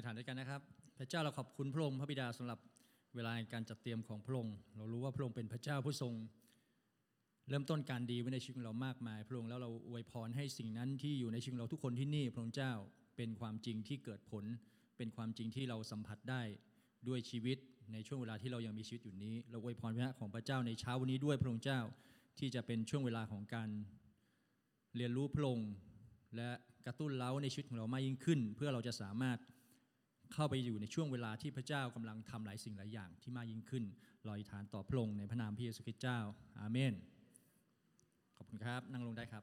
ฐานด้วยกันนะครับพระเจ้าเราขอบคุณพระองค์พระบิดาสำหรับเวลาในการจัดเตรียมของพระองค์เรารู้ว่าพระองค์เป็นพระเจ้าผู้ทรงเริ่มต้นการดีไว้ในชีวิตของเรามากมายพระองค์แล้วเราอวยพรให้สิ่งนั้นที่อยู่ในชีวิตเราทุกคนที่นี่พระองค์เจ้าเป็นความจริงที่เกิดผลเป็นความจริงที่เราสัมผัสได้ด้วยชีวิตในช่วงเวลาที่เรายังมีชีวิตอยู่นี้เราอวยพรพระของพระเจ้าในเช้าวันนี้ด้วยพระองค์เจ้าที่จะเป็นช่วงเวลาของการเรียนรู้พระองค์และกระตุ้นเร้าในชีวิตของเรามากยิ่งขึ้นเพื่อเราจะสามารถเข้าไปอยู่ในช่วงเวลาที่พระเจ้ากำลังทำหลายสิ่งหลายอย่างที่มากยิ่งขึ้นเราอธิษฐานต่อพระองค์ในพระนามพระเยซูคริสต์เจ้าอาเมนขอบคุณครับนั่งลงได้ครับ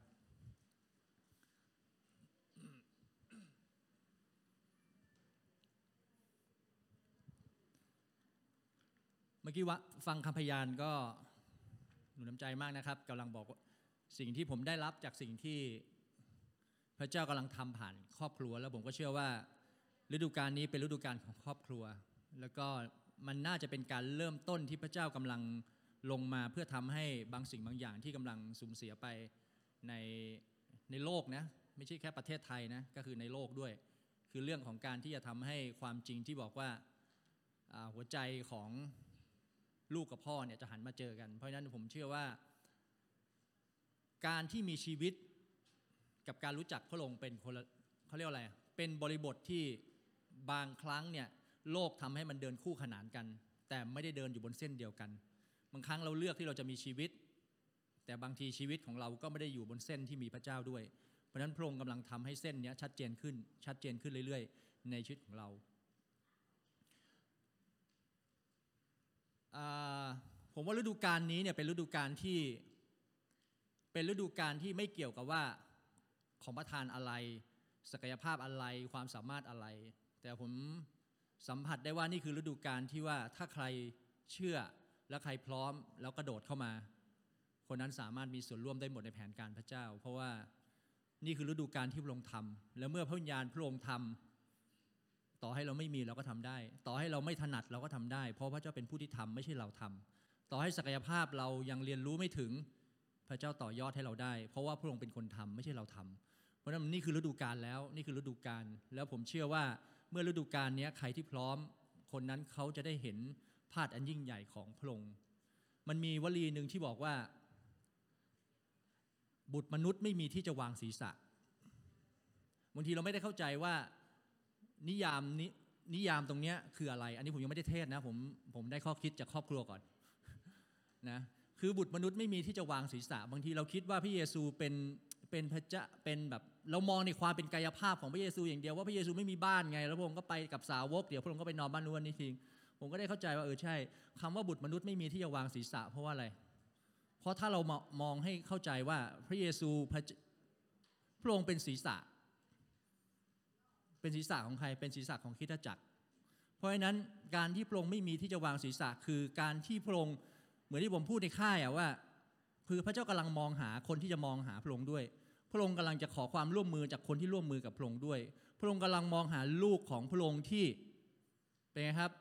เมื่อกี้ฟังคำพยานก็หนุนน้ำใจมากนะครับกำลังบอกสิ่งที่ผมได้รับจากสิ่งที่พระเจ้ากำลังทำผ่านครอบครัวแล้วผมก็เชื่อว่าฤดูกาลนี้เป็นฤดูกาลของครอบครัวแล้วก็มันน่าจะเป็นการเริ่มต้นที่พระเจ้ากำลังลงมาเพื่อทำให้บางสิ่งบางอย่างที่กำลังสูญเสียไปในโลกนะไม่ใช่แค่ประเทศไทยนะก็คือในโลกด้วยคือเรื่องของการที่จะทำให้ความจริงที่บอกว่าหัวใจของลูกกับพ่อเนี่ยจะหันมาเจอกันเพราะฉะนั้นผมเชื่อว่าการที่มีชีวิตกับการรู้จักพระองค์เป็นคนละเขาเรียกว่าอะไรเป็นบริบทที่บางครั้งเนี่ยโลกทำให้มันเดินคู่ขนานกันแต่ไม่ได้เดินอยู่บนเส้นเดียวกันบางครั้งเราเลือกที่เราจะมีชีวิตแต่บางทีชีวิตของเราก็ไม่ได้อยู่บนเส้นที่มีพระเจ้าด้วยเพราะฉะนั้นพระองค์กำลังทำให้เส้นนี้ชัดเจนขึ้นเรื่อยๆในชีวิตของเราผมว่าฤดูกาลนี้เนี่ยเป็นฤดูกาลที่ไม่เกี่ยวกับว่าของประทานอะไรศักยภาพอะไรความสามารถอะไรแต่ผมสัมผัสได้ว่านี่คือฤดูกาลที่ว่าถ้าใครเชื่อและใครพร้อมแล้วกระโดดเข้ามาคนนั้นสามารถมีส่วนร่วมได้หมดในแผนการพระเจ้าเพราะว่านี่คือฤดูกาลที่พระองค์ทำแล้วเมื่อพระวิญญาณพระองค์ทำต่อให้เราไม่มีเราก็ทำได้ต่อให้เราไม่ถนัดเราก็ทำได้เพราะพระเจ้าเป็นผู้ที่ทำไม่ใช่เราทำต่อให้ศักยภาพเรายังเรียนรู้ไม่ถึงพระเจ้าต่อยอดให้เราได้เพราะว่าพระองค์เป็นคนทำไม่ใช่เราทำเพราะฉะนั้นนี่คือฤดูกาลแล้วนี่คือฤดูกาลแล้วผมเชื่อว่าเมื่อฤดูกาลนี้ใครที่พร้อมคนนั้นเขาจะได้เห็นภาพอันยิ่งใหญ่ของพระองค์มันมีวลีหนึ่งที่บอกว่าบุตรมนุษย์ไม่มีที่จะวางศีรษะบางทีเราไม่ได้เข้าใจว่านิยามตรงนี้คืออะไรอันนี้ผมยังไม่ได้เทศนะผมได้ข้อคิดจากครอบครัวก่อนนะคือบุตรมนุษย์ไม่มีที่จะวางศีรษะบางทีเราคิดว่าพระเยซูเป็นพระเจ้าเป็นแบบเรามองในความเป็นกายภาพของพระเยซูอย่างเดียวว่าพระเยซูไม่มีบ้านไงแล้วพระองค์ก็ไปกับสาวกเดี๋ยวพระองค์ก็ไปนอนบ้านนู้นนี่ทิ้งผมก็ได้เข้าใจว่าใช่คำว่าบุตรมนุษย์ไม่มีที่จะวางศีรษะเพราะว่าอะไรเพราะถ้าเรามองให้เข้าใจว่าพระเยซูพระองค์เป็นศีรษะของใครเป็นศีรษะของคริสตจักรเพราะฉะนั้นการที่พระองค์ไม่มีที่จะวางศีรษะคือการที่พระองค์เหมือนที่ผมพูดในค่ายว่าคือพระเจ้ากำลังมองหาคนที่จะมองหาพระองค์ด้วยพระองค์กำลังจะขอความร่วมมือจากคนที่ร่วมมือกับพระองค์ด้วยพระองค์กำลังมองหาลูกของพระองค์ที่เป็นไงครับ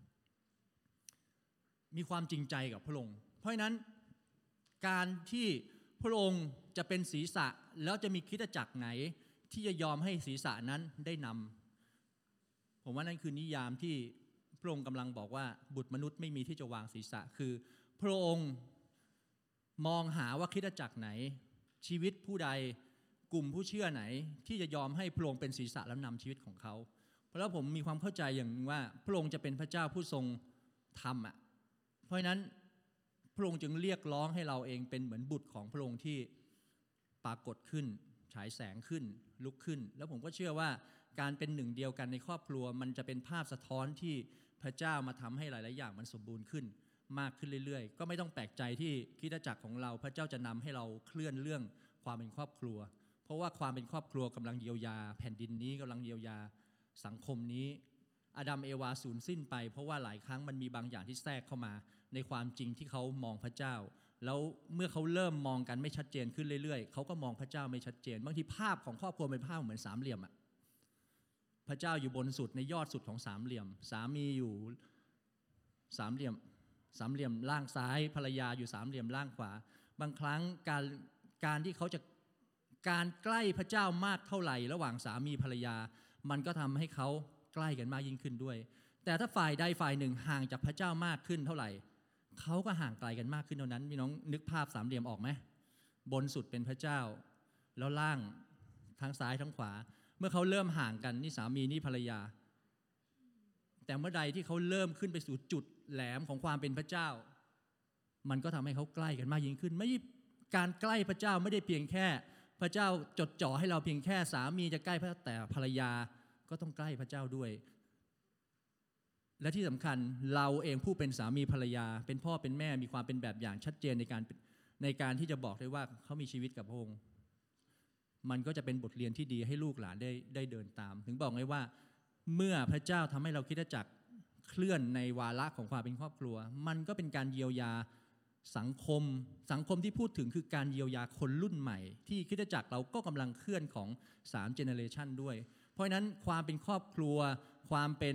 มีความจริงใจกับพระองค์เพราะฉะนั้นการที่พระองค์จะเป็นศีรษะแล้วจะมีคริสตจักรไหนที่จะยอมให้ศีรษะนั้นได้นำผมว่านั่นคือนิยามที่พระองค์กำลังบอกว่าบุตรมนุษย์ไม่มีที่จะวางศีรษะคือพระองค์มองหาว่าคริสตจักรไหนชีวิตผู้ใดกลุ่มผู้เชื่อไหนที่จะยอมให้พระองค์เป็นศีรษะแล้วนำชีวิตของเขาเพราะแล้วผมมีความเข้าใจอย่างนึงว่าพระองค์จะเป็นพระเจ้าผู้ทรงธรรมเพราะฉะนั้นพระองค์จึงเรียกร้องให้เราเองเป็นเหมือนบุตรของพระองค์ที่ปรากฏขึ้นฉายแสงขึ้นลุกขึ้นแล้วผมก็เชื่อว่าการเป็นหนึ่งเดียวกันในครอบครัวมันจะเป็นภาพสะท้อนที่พระเจ้ามาทำให้หลายๆอย่างมันสมบูรณ์ขึ้นมากขึ้นเรื่อยๆก็ไม่ต้องแปลกใจที่คริสตจักรของเราพระเจ้าจะนำให้เราเคลื่อนเรื่องความเป็นครอบครัวเพราะว่าความเป็นครอบครัวกำลังเยียวยาแผ่นดินนี้กำลังเยียวยาสังคมนี้อาดัมเอวาสูญสิ้นไปเพราะว่าหลายครั้งมันมีบางอย่างที่แทรกเข้ามาในความจริงที่เขามองพระเจ้าแล้วเมื่อเขาเริ่มมองกันไม่ชัดเจนขึ้นเรื่อยๆเขาก็มองพระเจ้าไม่ชัดเจนบางทีภาพของครอบครัวเป็นภาพเหมือนสามเหลี่ยมพระเจ้าอยู่บนสุดในยอดสุดของสามเหลี่ยมสามีอยู่สามเหลี่ยมล่างซ้ายภรรยาอยู่สามเหลี่ยมล่างขวาบางครั้งการที่เขาจะการใกล้พระเจ้ามากเท่าไหร่ระหว่างสามีภรรยามันก็ทำให้เขาใกล้กันมากยิ่งขึ้นด้วยแต่ถ้าฝ่ายใดฝ่ายหนึ่งห่างจากพระเจ้ามากขึ้นเท่าไหร่เขาก็ห่างไกลกันมากขึ้นเท่านั้นพี่น้องนึกภาพสามเหลี่ยมออกไหมบนสุดเป็นพระเจ้าแล้วล่างทั้งซ้ายทั้งขวาเมื่อเขาเริ่มห่างกันนี่สามีนี่ภรรยาแต่เมื่อใดที่เขาเริ่มขึ้นไปสู่จุดแหลมของความเป็นพระเจ้ามันก็ทำให้เขาใกล้กันมากยิ่งขึ้นไม่การใกล้พระเจ้าไม่ได้เพียงแค่พระเจ้าจดจ่อให้เราเพียงแค่สามีจะใกล้พระแต่ภรรยาก็ต้องใกล้พระเจ้าด้วยและที่สำคัญเราเองผู้เป็นสามีภรรยาเป็นพ่อเป็นแม่มีความเป็นแบบอย่างชัดเจนในการที่จะบอกได้ว่าเขามีชีวิตกับพระองค์มันก็จะเป็นบทเรียนที่ดีให้ลูกหลานได้เดินตามถึงบอกไงว่าเมื่อพระเจ้าทำให้เราคริสตจักรเคลื่อนในวาระของความเป็นครอบครัวมันก็เป็นการเยียวยาสังคมที่พูดถึงคือการเยียวยาคนรุ่นใหม่ที่คริสตจักรเราก็กำลังเคลื่อนของ3 generation ด้วยเพราะฉะนั้นความเป็นครอบครัวความเป็น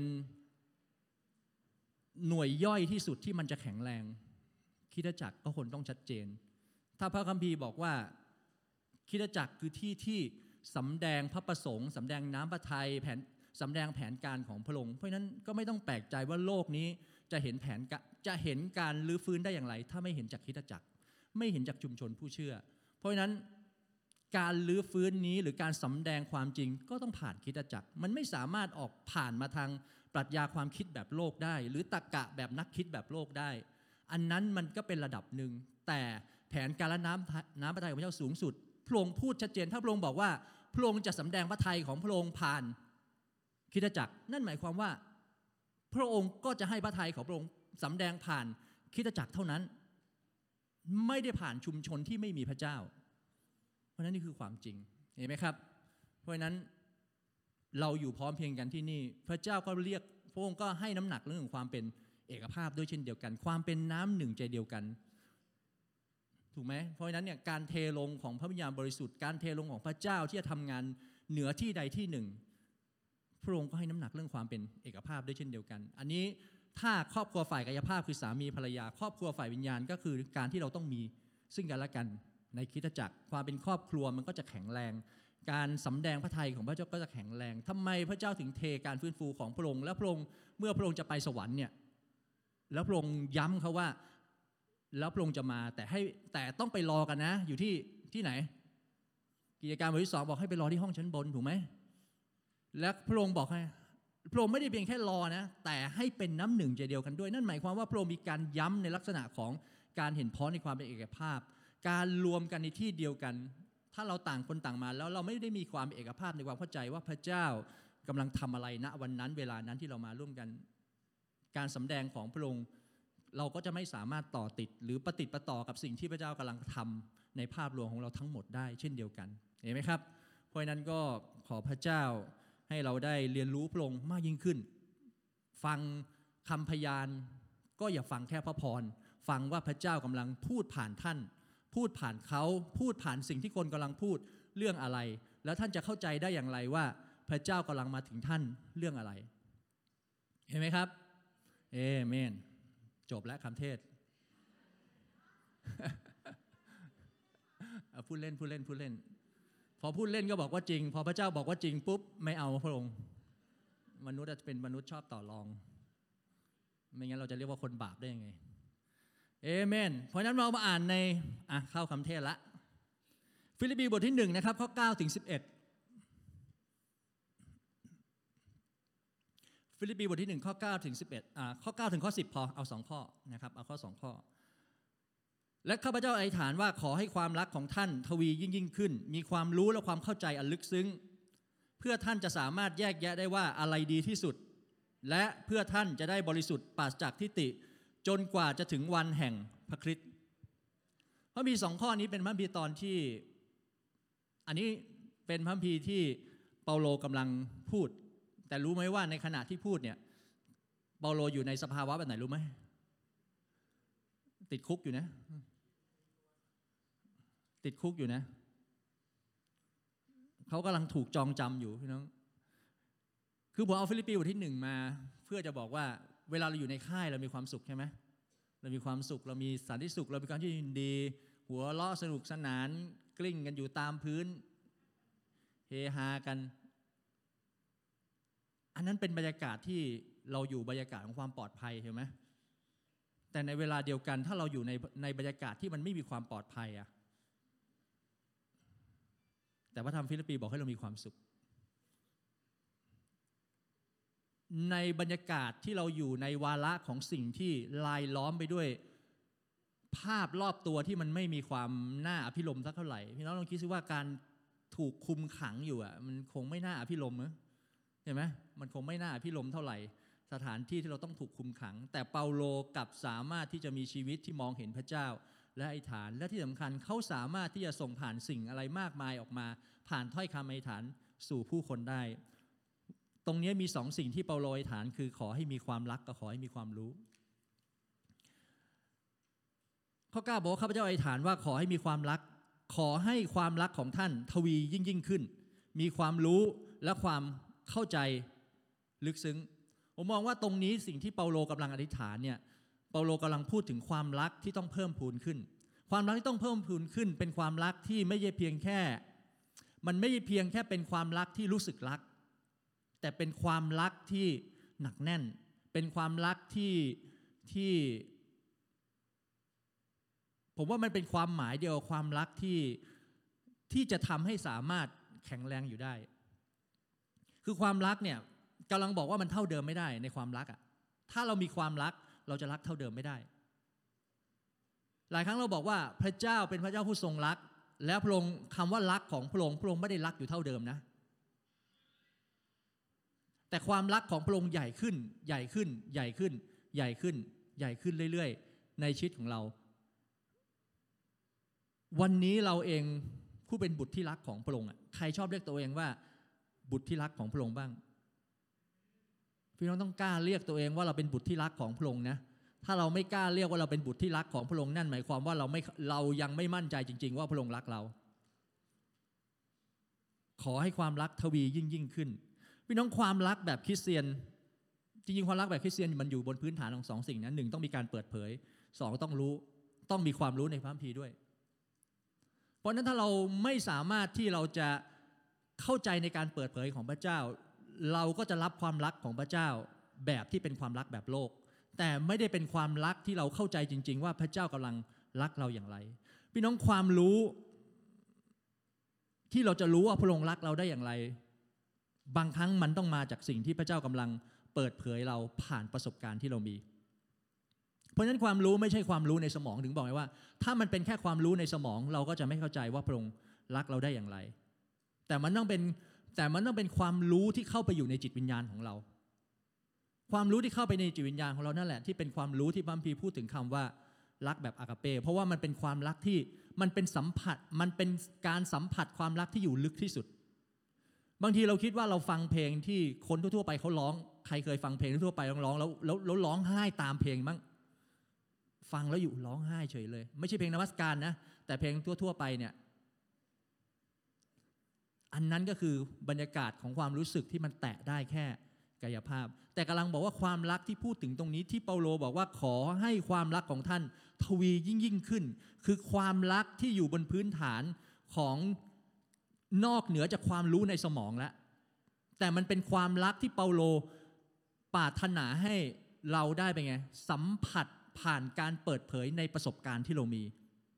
หน่วยย่อยที่สุดที่มันจะแข็งแรงคริสตจักรก็คนต้องชัดเจนถ้าพระคัมภีร์บอกว่าคริสตจักรคือที่ที่สำแดงพระประสงค์สำแดงน้ำพระทัยสำแดงแผนการของพระองค์เพราะฉะนั้นก็ไม่ต้องแปลกใจว่าโลกนี้จะเห็นการรื้อฟื้นได้อย่างไรถ้าไม่เห็นจากคริสตจักรไม่เห็นจากชุมชนผู้เชื่อเพราะฉะนั้นการรื้อฟื้นนี้หรือการสำแดงความจริงก็ต้องผ่านคริสตจักรมันไม่สามารถออกผ่านมาทางปรัชญาความคิดแบบโลกได้หรือตรรกะแบบนักคิดแบบโลกได้อันนั้นมันก็เป็นระดับหนึ่งแต่แผนการและน้ำพระทัยของพระเจ้าสูงสุดพระองค์พูดชัดเจนถ้าพระองค์บอกว่าพระองค์จะสำแดงพระทัยของพระองค์ผ่านคริสตจักรนั่นหมายความว่าพระองค์ก็จะให้พระทัยของพระองค์สำแดงผ่านคริสตจักรเท่านั้นไม่ได้ผ่านชุมชนที่ไม่มีพระเจ้าเพราะนั้นนี่คือความจริงเห็นไหมครับเพราะฉะนั้นเราอยู่พร้อมเพรียงกันที่นี่พระเจ้าก็เรียกพระองค์ก็ให้น้ำหนักเรื่องของความเป็นเอกภาพด้วยเช่นเดียวกันความเป็นน้ำหนึ่งใจเดียวกันถูกไหมเพราะฉะนั้นเนี่ยการเทลงของพระวิญญาณบริสุทธิ์การเทลงของพระเจ้าที่จะทำงานเหนือที่ใดที่หนึ่งพระองค์ก็ให้น้ำหนักเรื่องความเป็นเอกภาพด้วยเช่นเดียวกันอันนี้ถ้าครอบครัวฝ่ายกายภาพคือสามีภรรยาครอบครัวฝ่ายวิญญาณก็คือการที่เราต้องมีซึ่งกันและกันในคริสตจักรความเป็นครอบครัวมันก็จะแข็งแรงการสำแดงพระทัยของพระเจ้าก็จะแข็งแรงทำไมพระเจ้าถึงเทการฟื้นฟูของพระองค์และพระองค์เมื่อพระองค์จะไปสวรรค์เนี่ยแล้วพระองค์ย้ำเขาว่าแล้วพระองค์จะมาแต่ต้องไปรอกันนะอยู่ที่ไหนกิจการบทที่2บอกให้ไปรอที่ห้องชั้นบนถูกไหมและพระองค์บอกให้พระองค์ไม่ได้เพียงแค่รอนะแต่ให้เป็นน้ำหนึ่งใจเดียวกันด้วยนั่นหมายความว่าพระองค์มีการย้ำในลักษณะของการเห็นพ้องในความเป็นเอกภาพการรวมกันในที่เดียวกันถ้าเราต่างคนต่างมาแล้วเราไม่ได้มีความเอกภาพในความเข้าใจว่าพระเจ้ากำลังทำอะไรณวันนั้นเวลานั้นที่เรามาร่วมกันการสำแดงของพระองค์เราก็จะไม่สามารถต่อติดหรือประติดประต่อกับสิ่งที่พระเจ้ากำลังทำในภาพรวมของเราทั้งหมดได้เช่นเดียวกันเห็นไหมครับเพราะฉะนั้นก็ขอพระเจ้าให้เราได้เรียนรู้พระองค์มากยิ่งขึ้นฟังคำพยานก็อย่าฟังแค่พระพรฟังว่าพระเจ้ากำลังพูดผ่านท่านพูดผ่านเขาพูดผ่านสิ่งที่คนกำลังพูดเรื่องอะไรแล้วท่านจะเข้าใจได้อย่างไรว่าพระเจ้ากำลังมาถึงท่านเรื่องอะไรเห็นไหมครับเอเมนจบแล้วคำเทศ พูดเล่นพอพูดเล่นก็บอกว่าจริงพอพระเจ้าบอกว่าจริงปุ๊บไม่เอาพระองค์มนุษย์จะเป็นมนุษย์ชอบต่อรองไม่งั้นเราจะเรียกว่าคนบาปได้ยังไงเอเมนเพราะนั้นเรามาอ่านในเข้าคำเทศละฟิลิปปีบทที่1นะครับข้อ9ถึง11ฟิลิปปีบทที่1ข้อ9ถึง11ข้อ9ถึงข้อ10พอเอา2ข้อนะครับเอาข้อ2ข้อและข้าพเจ้าอธิษฐานว่าขอให้ความรักของท่านทวียิ่งขึ้นมีความรู้และความเข้าใจอันลึกซึ้งเพื่อท่านจะสามารถแยกแยะได้ว่าอะไรดีที่สุดและเพื่อท่านจะได้บริสุทธิ์ปราศจากทิฏฐิจนกว่าจะถึงวันแห่งพระคริสต์พระคัมภีร์2ข้อนี้เป็นพระคัมภีร์ตอนที่อันนี้เป็นพระคัมภีร์ที่เปาโลกำลังพูดแต่รู้ไหมว่าในขณะที่พูดเนี่ยเปาโลอยู่ในสภาวะแบบไหนรู้ไหมติดคุกอยู่นะเขากำลังถูกจองจำอยู่พี่น้องคือผมเอาฟิลิปปีบทที่1มาเพื่อจะบอกว่าเวลาเราอยู่ในค่ายเรามีความสุขใช่ไหมเรามีความสุขเรามีสันติสุขเรามีความยินดีหัวเราะสนุกสนานกลิ้งกันอยู่ตามพื้นเฮฮากันอันนั้นเป็นบรรยากาศที่เราอยู่บรรยากาศของความปลอดภัยเห็นไหมแต่ในเวลาเดียวกันถ้าเราอยู่ในบรรยากาศที่มันไม่มีความปลอดภัยอะแต่พระธรรมฟิลิปปีบอกให้เรามีความสุขในบรรยากาศที่เราอยู่ในวาระของสิ่งที่ลายล้อมไปด้วยภาพรอบตัวที่มันไม่มีความน่าอภิรมย์สักเท่าไหร่พี่น้องลองคิดซิว่าการถูกคุมขังอยู่มันคงไม่น่าอภิรมย์นะเห็นไหมมันคงไม่น่าอภิรมย์เท่าไหร่สถานที่ที่เราต้องถูกคุมขังแต่เปาโลกลับสามารถที่จะมีชีวิตที่มองเห็นพระเจ้าและอธิษฐานและที่สำคัญเขาสามารถที่จะส่งผ่านสิ่งอะไรมากมายออกมาผ่านถ้อยคำอธิษฐานสู่ผู้คนได้ตรงนี้มีสองสิ่งที่เปาโลอธิษฐานคือขอให้มีความรักกับขอให้มีความรู้ข้อ 9บอกว่าข้าพเจ้าอธิษฐานว่าขอให้มีความรักขอให้ความรักของท่านทวียิ่งขึ้นมีความรู้และความเข้าใจลึกซึ้งผมมองว่าตรงนี้สิ่งที่เปาโลกำลังอธิษฐานเนี่ยเปาโลกำลังพูดถึงความรักที่ต้องเพิ่มพูนขึ้นความรักที่ต้องเพิ่มพูนขึ้นเป็นความรักที่ไม่ใช่เพียงแค่มันไม่ใช่เพียงแค่เป็นความรักที่รู้สึกรักแต่เป็นความรักที่หนักแน่นเป็นความรักที่ผมว่ามันเป็นความหมายเดียวกับความรักที่จะทำให้สามารถแข็งแรงอยู่ได้คือความรักเนี่ยกำลังบอกว่ามันเท่าเดิมไม่ได้ในความรักอ่ะถ้าเรามีความรักเราจะรักเท่าเดิมไม่ได้หลายครั้งเราบอกว่าพระเจ้าเป็นพระเจ้าผู้ทรงรักแล้วพระองค์คำว่ารักของพระองค์ไม่ได้รักอยู่เท่าเดิมนะแต่ความรักของพระองค์ใหญ่ขึ้นใหญ่ขึ้นใหญ่ขึ้นใหญ่ขึ้นใหญ่ขึ้นเรื่อยๆในชีวิตของเราวันนี้เราเองผู้เป็นบุตรที่รักของพระองค์ใครชอบเรียกตัวเองว่าบุตรที่รักของพระองค์บ้างพี่น้องต้องกล้าเรียกตัวเองว่าเราเป็นบุตรที่รักของพระองค์นะถ้าเราไม่กล้าเรียกว่าเราเป็นบุตรที่รักของพระองค์นั่นหมายความว่าเรายังไม่มั่นใจจริงๆว่าพระองค์รักเราขอให้ความรักทวียิ่งขึ้นพี่น้องความรักแบบคริสเตียนจริงๆความรักแบบคริสเตียนมันอยู่บนพื้นฐานของสองสิ่งนั้นหนึ่งต้องมีการเปิดเผยสองต้องมีความรู้ในพระคัมภีร์ด้วยเพราะนั้นถ้าเราไม่สามารถที่เราจะเข้าใจในการเปิดเผยของพระเจ้าเราก็จะรับความรักของพระเจ้าแบบที่เป็นความรักแบบโลกแต่ไม่ได้เป็นความรักที่เราเข้าใจจริงๆว่าพระเจ้ากำลังรักเราอย่างไรพี่น้องความรู้ที่เราจะรู้ว่าพระองค์รักเราได้อย่างไรบางครั้งมันต้องมาจากสิ่งที่พระเจ้ากำลังเปิดเผยเราผ่านประสบการณ์ที่เรามีเพราะฉะนั้นความรู้ไม่ใช่ความรู้ในสมองถึงบอกไว้ว่าถ้ามันเป็นแค่ความรู้ในสมองเราก็จะไม่เข้าใจว่าพระองค์รักเราได้อย่างไรแต่มันต้องเป็นความรู้ที่เข้าไปอยู่ในจิตวิญญาณของเราความรู้ที่เข้าไปในจิตวิญญาณของเรานั่นแหละที่เป็นความรู้ที่พระคัมภีร์พูดถึงคำว่ารักแบบอากาเปเพราะว่ามันเป็นความรักที่มันเป็นสัมผัสมันเป็นการสัมผัสความรักที่อยู่ลึกที่สุดบางทีเราคิดว่าเราฟังเพลงที่คนทั่วๆไปเขาร้องใครเคยฟังเพลงทั่วไปร้องแล้วร้องไห้ตามเพลงมั้งฟังแล้วอยู่ร้องไห้เฉยเลยไม่ใช่เพลงนมัสการนะแต่เพลงทั่วๆไปเนี่ยอันนั้นก็คือบรรยากาศของความรู้สึกที่มันแตะได้แค่กายภาพแต่กำลังบอกว่าความรักที่พูดถึงตรงนี้ที่เปาโลบอกว่าขอให้ความรักของท่านทวียิ่งขึ้นคือความรักที่อยู่บนพื้นฐานของนอกเหนือจากความรู้ในสมองแล้วแต่มันเป็นความรักที่เปาโลปรารถนาให้เราได้เป็นไงสัมผัสผ่านการเปิดเผยในประสบการณ์ที่เรามี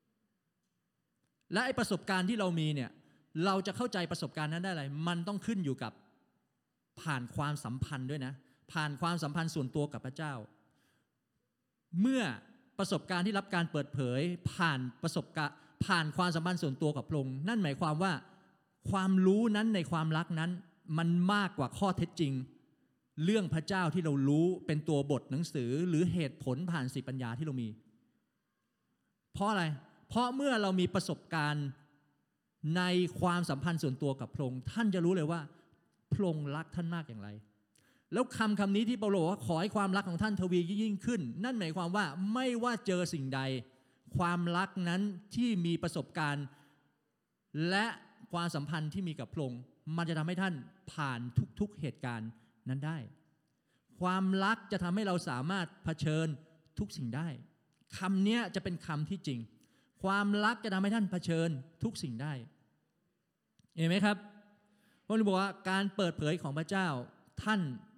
และไอ้ประสบการณ์ที่เรามีเนี่ยเราจะเข้าใจประสบการณ์นั้นได้อะไรมันต้องขึ้นอยู่กับผ่านความสัมพันธ์ด้วยนะผ่านความสัมพันธ์ส่วนตัวกับพระเจ้าเมื่อประสบการณ์ที่รับการเปิดเผยผ่านความสัมพันธ์ส่วนตัวกับพระองค์นั่นหมายความว่าความรู้นั้นในความรักนั้นมันมากกว่าข้อเท็จจริงเรื่องพระเจ้าที่เรารู้เป็นตัวบทหนังสือหรือเหตุผลผ่านสติปัญญาที่เรามีเพราะอะไรเพราะเมื่อเรามีประสบการณ์ในความสัมพันธ์ส่วนตัวกับพระองค์ท่านจะรู้เลยว่าพระองค์รักท่านมากอย่างไรแล้วคำนี้ที่เปาโลว่าขอให้ความรักของท่านทวียิ่งขึ้นนั่นหมายความว่าไม่ว่าเจอสิ่งใดความรักนั้นที่มีประสบการณ์และความสัมพันธ์ที่มีกับพระองค์มันจะทำให้ท่านผ่านทุกๆเหตุการณ์นั้นได้ความรักจะทำให้เราสามารถเผชิญทุกสิ่งได้คำนี้จะเป็นคำที่จริงความรักจะทำให้ท่านเผชิญทุกสิ่งได้เห็นไหมครับพระองค์บอกว่าการเปิดเผยของพระเจ้าท่าน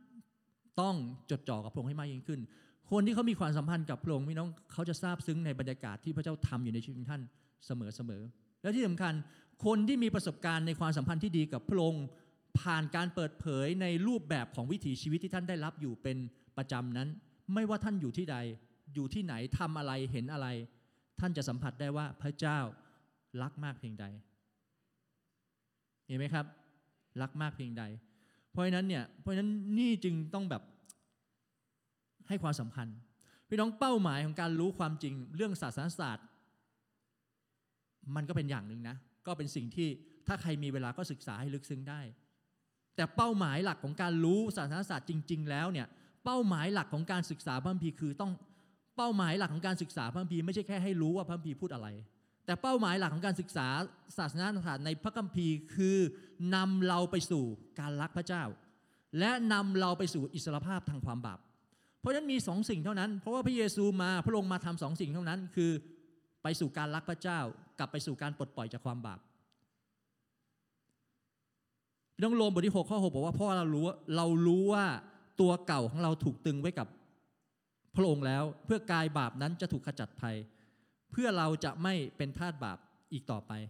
ต้องจดจ่อกับพระองค์ให้มากยิ่งขึ้นคนที่เขามีความสัมพันธ์กับพระองค์พี่น้องเขาจะซาบซึ้งในบรรยากาศที่พระเจ้าทำอยู่ในชีวิตของท่านเสมอและที่สำคัญคนที่มีประสบการณ์ในความสัมพันธ์ที่ดีกับพระองค์ผ่านการเปิดเผยในรูปแบบของวิถีชีวิตที่ท่านได้รับอยู่เป็นประจำนั้นไม่ว่าท่านอยู่ที่ใดอยู่ที่ไหนทำอะไรเห็นอะไรท่านจะสัมผัสได้ว่าพระเจ้ารักมากเพียงใดเห็นไหมครับรักมากเพียงใดเพราะฉะนั้นนี่จึงต้องแบบให้ความสำคัญพี่น้องเป้าหมายของการรู้ความจริงเรื่องศาสนศาสตร์มันก็เป็นอย่างหนึ่งนะก็เป็นสิ่งที่ถ้าใครมีเวลาก็ศึกษาให้ลึกซึ้งได้แต่เป้าหมายหลักของการรู้ศาสนศาสตร์จริงๆแล้วเนี่ยเป้าหมายหลักของการศึกษาพระคัมภีร์คือต้องเป้าหมายหลักของการศึกษาพระคัมภีร์ไม่ใช่แค่ให้รู้ว่าพระคัมภีร์พูดอะไรแต่เป้าหมายหลักของการศึกษาศาสนศาสตร์ในพระคัมภีร์คือนำเราไปสู่การรักพระเจ้าและนำเราไปสู่อิสรภาพทางความบาปเพราะฉะนั้นมีสองสิ่งเท่านั้นเพราะว่าพระเยซูมาพระองค์มาทำสองสิ่งเท่านั้นคือไปสู่การรักพระเจ้ากลับไปสู่การปลดปล่อยจากความบาปพี่น้องโรมบทที่6ข้อ6บอกว่าเพราะเรารู้ว่าตัวเก่าของเราถูกตึงไว้กับพระองค์แล้วเพื่อกายบาปนั้นจะถูกขจัดภัยเพื่อเราจะไม่เป็นทาสบาปอีกต่อไป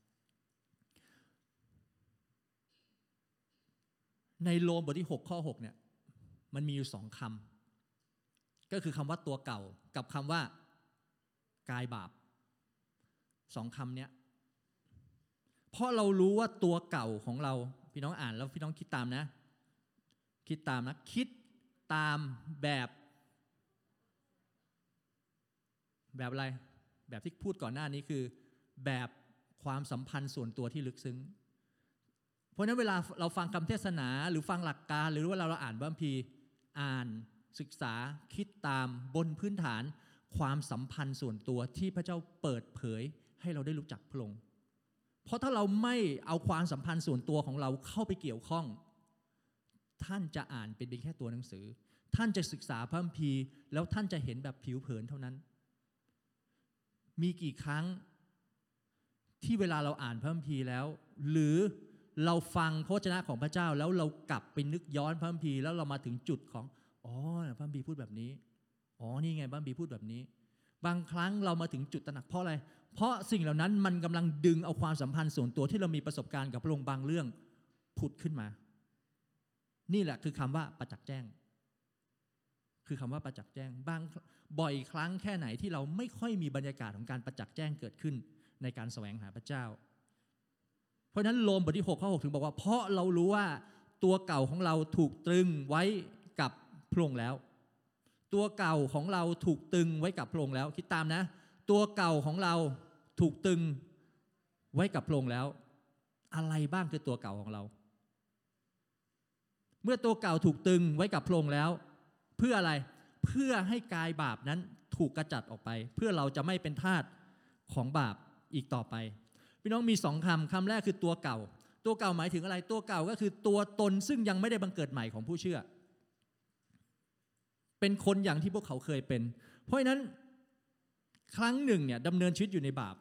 ในโรมบทที่6ข้อ6เนี่ยมันมีอยู่2คำก็คือคำว่าตัวเก่ากับคำว่ากายบาป2คำเนี้ยเพราะเรารู้ว่าตัวเก่าของเราพี่น้องอ่านแล้วพี่น้องคิดตามนะคิดตามแบบอะไรแบบที่พูดก่อนหน้านี้คือแบบความสัมพันธ์ส่วนตัวที่ลึกซึ้งเพราะฉะนั้นเวลาเราฟังคำเทศนาหรือฟังหลักการหรือว่าเราอ่านพระคัมภีร์อ่านศึกษาคิดตามบนพื้นฐานความสัมพันธ์ส่วนตัวที่พระเจ้าเปิดเผยให้เราได้รู้จักพระองค์เพราะถ้าเราไม่เอาความสัมพันธ์ส่วนตัวของเราเข้าไปเกี่ยวข้องท่านจะอ่านเป็นแค่ตัวหนังสือท่านจะศึกษาพระคัมภีร์แล้วท่านจะเห็นแบบผิวเผินเท่านั้นมีกี่ครั้งที่เวลาเราอ่านพระคัมภีร์แล้วหรือเราฟังพระวจนะของพระเจ้าแล้วเรากลับไปนึกย้อนพระคัมภีร์แล้วเรามาถึงจุดของพระคัมภีร์พูดแบบนี้นี่ไงพระคัมภีร์พูดแบบนี้บางครั้งเรามาถึงจุดตระหนักเพราะอะไรเพราะสิ่งเหล่านั้นมันกำลังดึงเอาความสัมพันธ์ส่วนตัวที่เรามีประสบการณ์กับพระองค์บางเรื่องผุดขึ้นมานี่แหละคือคำว่าประจักษ์แจ้งคือคำว่าประจักษ์แจ้งบ่อยครั้งแค่ไหนที่เราไม่ค่อยมีบรรยากาศของการประจักษ์แจ้งเกิดขึ้นในการแสวงหาพระเจ้าเพราะฉะนั้นโรมบทที่6ข้อ6ถึงบอกว่าเพราะเรารู้ว่าตัวเก่าของเราถูกตรึงไว้กับพระองค์แล้วตัวเก่าของเราถูกตึงไว้กับพระองค์แล้วคิดตามนะตัวเก่าของเราถูกตึงไว้กับพระองค์แล้วอะไรบ้างคือตัวเก่าของเราเมื่อตัวเก่าถูกตึงไว้กับพระองค์แล้วเพื่ออะไรเพื่อให้กายบาปนั้นถูกกระจัดออกไปเพื่อเราจะไม่เป็นทาสของบาปอีกต่อไปพี่น้องมี2คำแรกคือตัวเก่าหมายถึงอะไรตัวเก่าก็คือตัวตนซึ่งยังไม่ได้บังเกิดใหม่ของผู้เชื่อเป็นคนอย่างที่พวกเขาเคยเป็นเพราะฉะนั้นครั้งหนึ่งเนี่ยดำเนินชีวิตอยู่ในบาป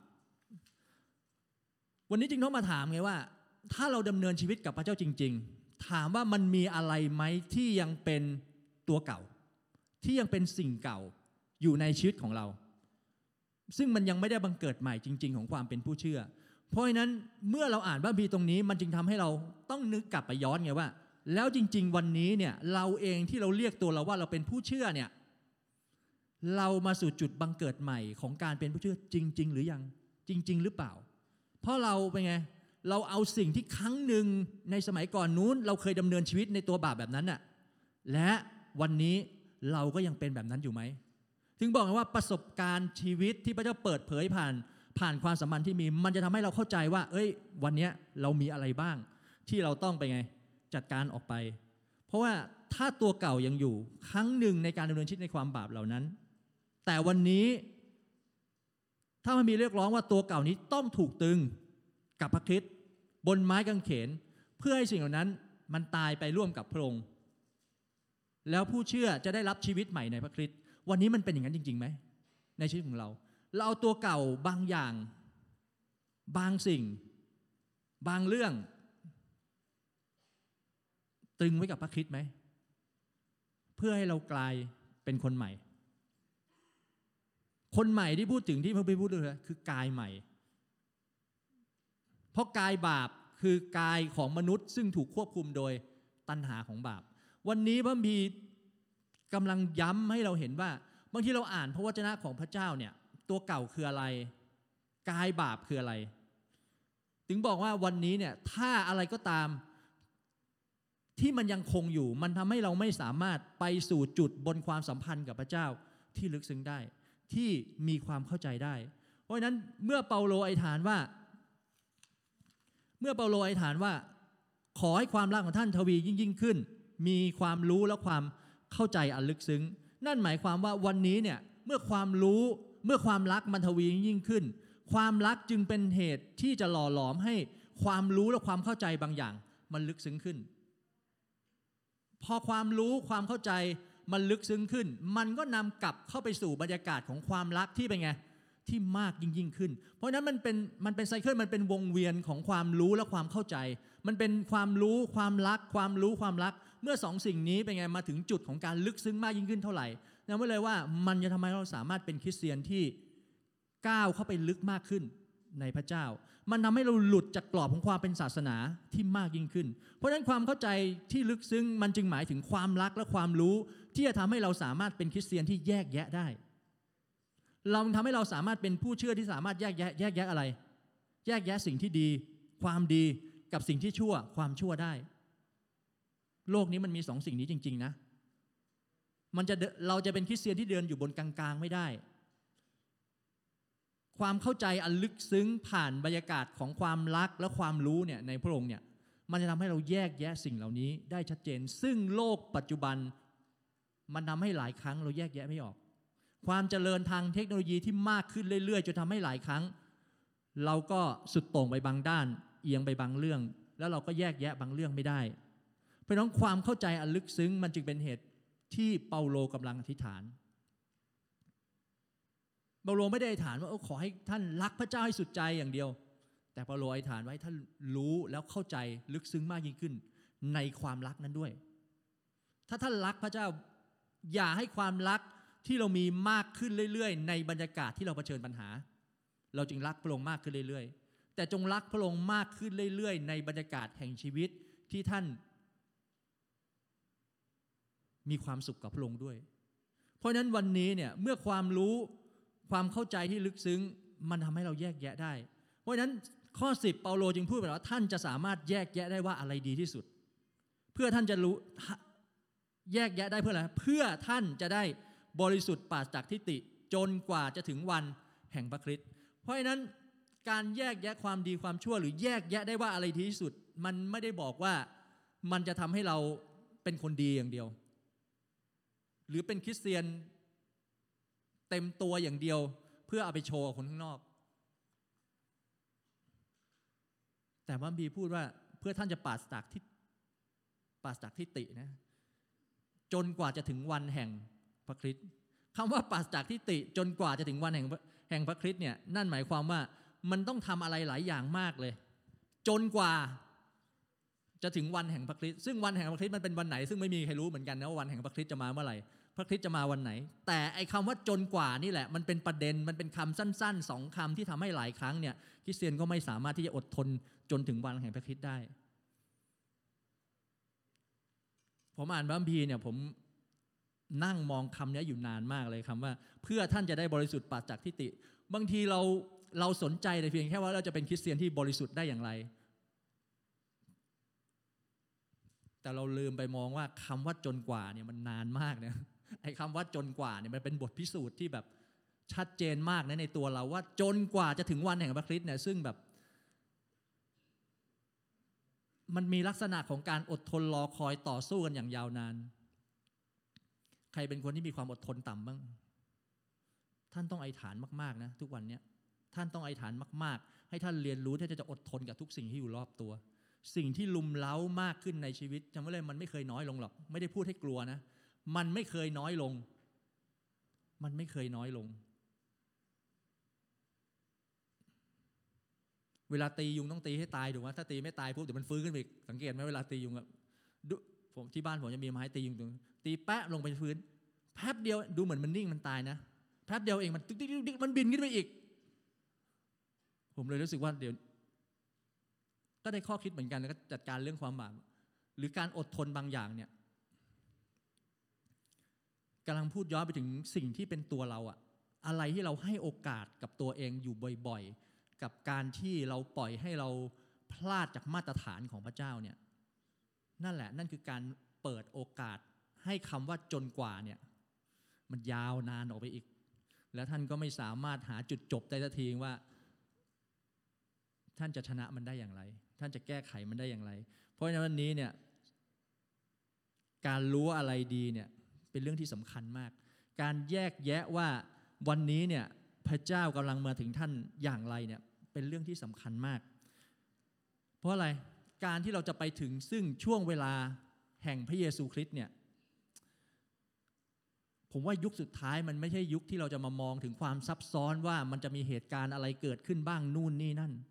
วันนี้จึงต้องมาถามไงว่าถ้าเราดำเนินชีวิตกับพระเจ้าจริงๆถามว่ามันมีอะไรไหมที่ยังเป็นตัวเก่าที่ยังเป็นสิ่งเก่าอยู่ในชีวิตของเราซึ่งมันยังไม่ได้บังเกิดใหม่จริงๆของความเป็นผู้เชื่อเพราะฉะนั้นเมื่อเราอ่านพระคัมภีร์ตรงนี้มันจึงทำให้เราต้องนึกกลับไปย้อนไงว่าแล้วจริงๆวันนี้เนี่ยเราเองที่เราเรียกตัวเราว่าเราเป็นผู้เชื่อเนี่ยเรามาสู่จุดบังเกิดใหม่ของการเป็นผู้เชื่อจริงๆหรือยังจริงๆหรือเปล่าเพราะเราเป็นไงเราเอาสิ่งที่ครั้งหนึ่งในสมัยก่อนนู้นเราเคยดำเนินชีวิตในตัวบาปแบบนั้นน่ะและวันนี้เราก็ยังเป็นแบบนั้นอยู่ไหมถึงบอกว่าประสบการณ์ชีวิตที่พระเจ้าเปิดเผยผ่านความสัมพันธ์ที่มีมันจะทำให้เราเข้าใจว่าวันนี้เรามีอะไรบ้างที่เราต้องไปไงจัดการออกไปเพราะว่าถ้าตัวเก่ายังอยู่ครั้งหนึ่งในการดำเนินชีวิตในความบาปเหล่านั้นแต่วันนี้ถ้ามันมีเรียกร้องว่าตัวเก่านี้ต้องถูกตึงกับพระคริสต์บนไม้กางเขนเพื่อให้สิ่งเหล่านั้นมันตายไปร่วมกับพระองค์แล้วผู้เชื่อจะได้รับชีวิตใหม่ในพระคริสต์วันนี้มันเป็นอย่างนั้นจริงๆไหมในชีวิตของเราเอาตัวเก่าบางอย่างบางสิ่งบางเรื่องตึงไว้กับพระคริสต์ไหมพื่อให้เรากลายเป็นคนใหม่คนใหม่ที่พูดถึงที่พระบิดาพูดเลยคือกายใหม่เพราะกายบาปคือกายของมนุษย์ซึ่งถูกควบคุมโดยตัณหาของบาปวันนี้พระบิดากำลังย้ำให้เราเห็นว่าบางทีเราอ่านพระวจนะของพระเจ้าเนี่ยตัวเก่าคืออะไรกายบาปคืออะไรถึงบอกว่าวันนี้เนี่ยถ้าอะไรก็ตามที่มันยังคงอยู่มันทำให้เราไม่สามารถไปสู่จุดบนความสัมพันธ์กับพระเจ้าที่ลึกซึ้งได้ที่มีความเข้าใจได้เพราะฉะนั้นเมื่อเปาโลอธิษฐานว่าขอให้ความรักของท่านทวียิ่งขึ้นมีความรู้และความเข้าใจอันลึกซึ้งนั่นหมายความว่าวันนี้เนี่ยเมื่อความรู้เมื่อความรักมันทวียิ่งขึ้นความรักจึงเป็นเหตุที่จะหล่อหลอมให้ความรู้และความเข้าใจบางอย่างมันลึกซึ้งขึ้นพอความรู้ความเข้าใจมันลึกซึ้งขึ้นมันก็นำกลับเข้าไปสู่บรรยากาศของความรักที่เป็นไงที่มากยิ่งขึ้นเพราะฉะนั้นมันเป็นไซเคิลมันเป็นวงเวียนของความรู้และความเข้าใจมันเป็นความรู้ความรักความรู้ความรักเมื่อสองสิ่งนี้เป็นไงมาถึงจุดของการลึกซึ้งมากยิ่งขึ้นเท่าไหร่นั่นหมายเลยว่ามันจะทำให้เราสามารถเป็นคริสเตียนที่ก้าวเข้าไปลึกมากขึ้นในพระเจ้ามันทำให้เราหลุดจากกรอบของความเป็นศาสนาที่มากยิ่งขึ้นเพราะฉะนั้นความเข้าใจที่ลึกซึ้งมันจึงหมายถึงความรักและความรู้ที่จะทำให้เราสามารถเป็นคริสเตียนที่แยกแยะได้เราทำให้เราสามารถเป็นผู้เชื่อที่สามารถแยกแยะอะไรแยกแยะสิ่งที่ดีความดีกับสิ่งที่ชั่วความชั่วได้โลกนี้มันมีสองสิ่งนี้จริงๆนะเราจะเป็นคริสเตียนที่เดินอยู่บนกลางๆไม่ได้ความเข้าใจอันลึกซึ้งผ่านบรรยากาศของความรักและความรู้เนี่ยในพระองค์เนี่ยมันจะทำให้เราแยกแยะสิ่งเหล่านี้ได้ชัดเจนซึ่งโลกปัจจุบันมันทำให้หลายครั้งเราแยกแยะไม่ออกความเจริญทางเทคโนโลยีที่มากขึ้นเรื่อยๆจนทำให้หลายครั้งเราก็สุดโต่งไปบางด้านเอียงไปบางเรื่องแล้วเราก็แยกแยะบางเรื่องไม่ได้เพราะฉะนั้นความเข้าใจอันลึกซึ้งมันจึงเป็นเหตุที่เปาโลกำลังอธิษฐานเปาโลไม่ได้อธิษฐานว่าขอให้ท่านรักพระเจ้าให้สุดใจอย่างเดียวแต่เปาโลอธิษฐานไว้ท่านรู้แล้วเข้าใจลึกซึ้งมากยิ่งขึ้นในความรักนั้นด้วยถ้าท่านรักพระเจ้าอย่าให้ความรักที่เรามีมากขึ้นเรื่อยๆในบรรยากาศที่เราเผชิญปัญหาเราจึงรักพระองค์มากขึ้นเรื่อยๆแต่จงรักพระองค์มากขึ้นเรื่อยๆในบรรยากาศแห่งชีวิตที่ท่านมีความสุขกับพระองค์ด้วยเพราะฉะนั้นวันนี้เนี่ยเมื่อความรู้ความเข้าใจที่ลึกซึ้งมันทำให้เราแยกแยะได้เพราะฉะนั้นข้อ10เปาโลจึงพูดว่าท่านจะสามารถแยกแยะได้ว่าอะไรดีที่สุดเพื่อท่านจะรู้แยกแยะได้เพื่ออะไรเพื่อท่านจะได้บริสุทธิ์ปราศจากทิฏฐิจนกว่าจะถึงวันแห่งพระคริสต์เพราะฉะนั้นการแยกแยะความดีความชั่วหรือแยกแยะได้ว่าอะไรดีที่สุดมันไม่ได้บอกว่ามันจะทำให้เราเป็นคนดีอย่างเดียวหรือเป็นคริสเตียนเต็มตัวอย่างเดียวเพื่อเอาไปโชว์คนข้างนอกแต่พระคัมภีร์พูดว่าเพื่อท่านจะปราศจากทิฏฐินะจนกว่าจะถึงวันแห่งพระคริสต์คำว่าปราศจากทิฏฐิจนกว่าจะถึงวันแห่งพระคริสต์เนี่ยนั่นหมายความว่ามันต้องทำอะไรหลายอย่างมากเลยจนกว่าจะถึงวันแห่งพระคริสต์ซึ่งวันแห่งพระคริสต์มันเป็นวันไหนซึ่งไม่มีใครรู้เหมือนกันนะว่าวันแห่งพระคริสต์จะมาเมื่อไหร่พระคริสต์จะมาวันไหนแต่ไอ้คำว่าจนกว่านี่แหละมันเป็นประเด็นมันเป็นคำสั้นๆ2 คำที่ทำให้หลายครั้งเนี่ยคริสเตียนก็ไม่สามารถที่จะอดทนจนถึงวันแห่งพระคริสต์ได้ผมอ่านพระคัมภีร์เนี่ยผมนั่งมองคำนี้อยู่นานมากเลยคำว่าเพื่อท่านจะได้บริสุทธิ์ปราศจากทิฏฐิบางทีเราสนใจแต่เพียงแค่ว่าเราจะเป็นคริสเตียนที่บริสุทธิ์ได้อย่างไรแต่เราลืมไปมองว่าคำว่าจนกว่าเนี่ยมันนานมากเนี่ยไอ้คำว่าจนกว่าเนี่ยมันเป็นบทพิสูจน์ที่แบบชัดเจนมากนะในตัวเราว่าจนกว่าจะถึงวันแห่งพระคริสต์เนี่ยซึ่งแบบมันมีลักษณะของการอดทนรอคอยต่อสู้กันอย่างยาวนานใครเป็นคนที่มีความอดทนต่ำบ้างท่านต้องอธิษฐานมากๆนะทุกวันนี้ท่านต้องอธิษฐานมากๆให้ท่านเรียนรู้ที่จะอดทนกับทุกสิ่งที่อยู่รอบตัวสิ่งที่ลุมเล้ามากขึ้นในชีวิตจำไว้เลยมันไม่เคยน้อยลงหรอกไม่ได้พูดให้กลัวนะมันไม่เคยน้อยลงมันไม่เคยน้อยลงเวลาตียุงต้องตีให้ตายถูกไหมถ้าตีไม่ตายปุ๊บเดี๋ยวมันฟื้นขึ้นอีกสังเกตไหมเวลาตียุงผมที่บ้านผมจะมีไม้ตีอยู่ตรงตีแปะลงไปพื้นแป๊บเดียวดูเหมือนมันนิ่งมันตายนะแป๊บเดียวเองมันติ๊กติ๊กติ๊กมันบินขึ้นไปอีกผมเลยรู้สึกว่าเดี๋ยวก็ได้ข้อคิดเหมือนกันแล้วก็จัดการเรื่องความบาปหรือการอดทนบางอย่างเนี่ยกำลังพูดย้อนไปถึงสิ่งที่เป็นตัวเราอะอะไรที่เราให้โอกาสกับตัวเองอยู่บ่อยๆกับการที่เราปล่อยให้เราพลาดจากมาตรฐานของพระเจ้าเนี่ยนั่นแหละนั่นคือการเปิดโอกาสให้คำว่าจนกว่าเนี่ยมันยาวนานออกไปอีกแล้วท่านก็ไม่สามารถหาจุดจบได้สักทีว่าท่านจะชนะมันได้อย่างไรท่านจะแก้ไขมันได้อย่างไรเพราะฉะนั้นวันนี้เนี่ยการรู้อะไรดีเนี่ยเป็นเรื่องที่สำคัญมากการแยกแยะว่าวันนี้เนี่ยพระเจ้ากำลังมาถึงท่านอย่างไรเนี่ยเป็นเรื่องที่สำคัญมากเพราะอะไรการที่เราจะไปถึงซึ่งช่วงเวลาแห่งพระเยซูคริสต์เนี่ยผมว่ายุคสุดท้ายมันไม่ใช่ยุคที่เราจะมามองถึงความซับซ้อนว่ามันจะมีเหตุการณ์อะไรเกิดขึ้นบ้างนู่นนี่นั่น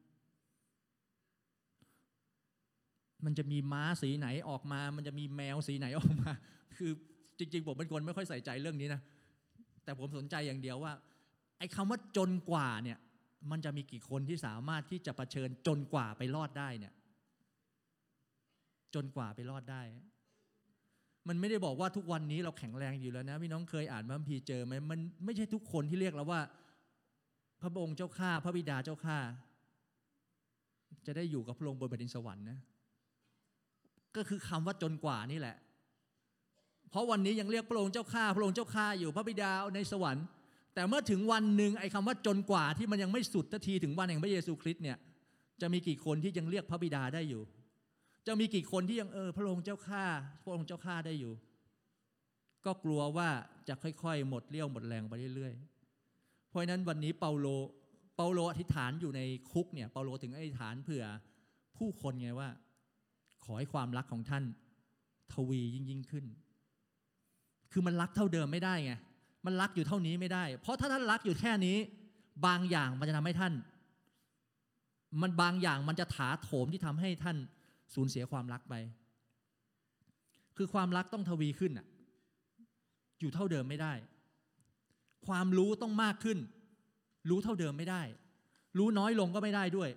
มันจะมีม้าสีไหนออกมามันจะมีแมวสีไหนออกมาคือจริงๆผมเป็นคนไม่ค่อยใส่ใจเรื่องนี้นะแต่ผมสนใจอย่างเดียวว่าไอ้คำว่าจนกว่าเนี่ยมันจะมีกี่คนที่สามารถที่จะเผชิญจนกว่าไปรอดได้เนี่ยจนกว่าไปรอดได้มันไม่ได้บอกว่าทุกวันนี้เราแข็งแรงอยู่แล้วนะพี่น้องเคยอ่านพระคัมภีร์เจอไหมมันไม่ใช่ทุกคนที่เรียกเราว่าพระองค์เจ้าข้าพระบิดาเจ้าข้าจะได้อยู่กับพระองค์บนแผ่นดินสวรรค์นะก็คือคำว่าจนกว่านี่แหละเพราะวันนี้ยังเรียกพระองค์เจ้าข้าพระองค์เจ้าข้าอยู่พระบิดาในสวรรค์แต่เมื่อถึงวันหนึ่งไอ้คำว่าจนกว่าที่มันยังไม่สุดทีถึงวันแห่งพระเยซูคริสต์เนี่ยจะมีกี่คนที่ยังเรียกพระบิดาได้อยู่จะมีกี่คนที่ยังพระองค์เจ้าข้าพระองค์เจ้าข้าได้อยู่ก็กลัวว่าจะค่อยๆหมดเรี่ยวหมดแรงไปเรื่อยๆเพราะฉะนั้นวันนี้เปาโลอธิษฐานอยู่ในคุกเนี่ยเปาโลถึงอธิษฐานเผื่อผู้คนไงว่าขอให้ความรักของท่านทวียิ่งขึ้นคือมันรักเท่าเดิมไม่ได้ไงมันรักอยู่เท่านี้ไม่ได้เพราะถ้าท่านรักอยู่แค่นี้บางอย่างมันจะทำให้ท่านมันบางอย่างมันจะถาโถมที่ทำให้ท่านสูญเสียความรักไปคือความรักต้องทวีขึ้นอยู่เท่าเดิมไม่ได้ความรู้ต้องมากขึ้นรู้เท่าเดิมไม่ได้รู้น้อยลงก็ไม่ได้ด้วย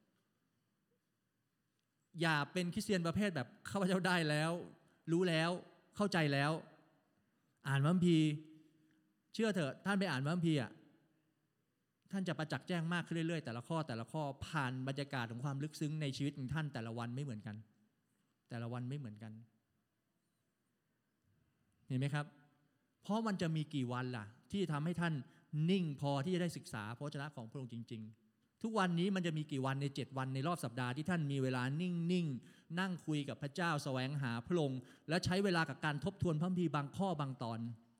อย่าเป็นคริสเตียนประเภทแบบข้าพเจ้าได้แล้วรู้แล้วเข้าใจแล้วอ่านพระคัมภีร์เชื่อเถอะท่านไปอ่านพระคัมภีร์ท่านจะประจักษ์แจ้งมากขึ้นเรื่อยๆแต่ละข้อผ่านบรรยากาศของความลึกซึ้งในชีวิตของท่านแต่ละวันไม่เหมือนกันแต่ละวันไม่เหมือนกันเห็นไหมครับเพราะมันจะมีกี่วันล่ะที่ทำให้ท่านนิ่งพอที่จะได้ศึกษาพระวจนะของพระองค์จริงๆทุกวันนี้มันจะมีกี่วันใน7วันในรอบสัปดาห์ที่ท่านมีเวลานิ่งๆนั่งคุยกับพระเจ้าแสวงหาพระองค์และใช้เวลากับการทบทวนพระคัมภีร์บางข้อบางตอน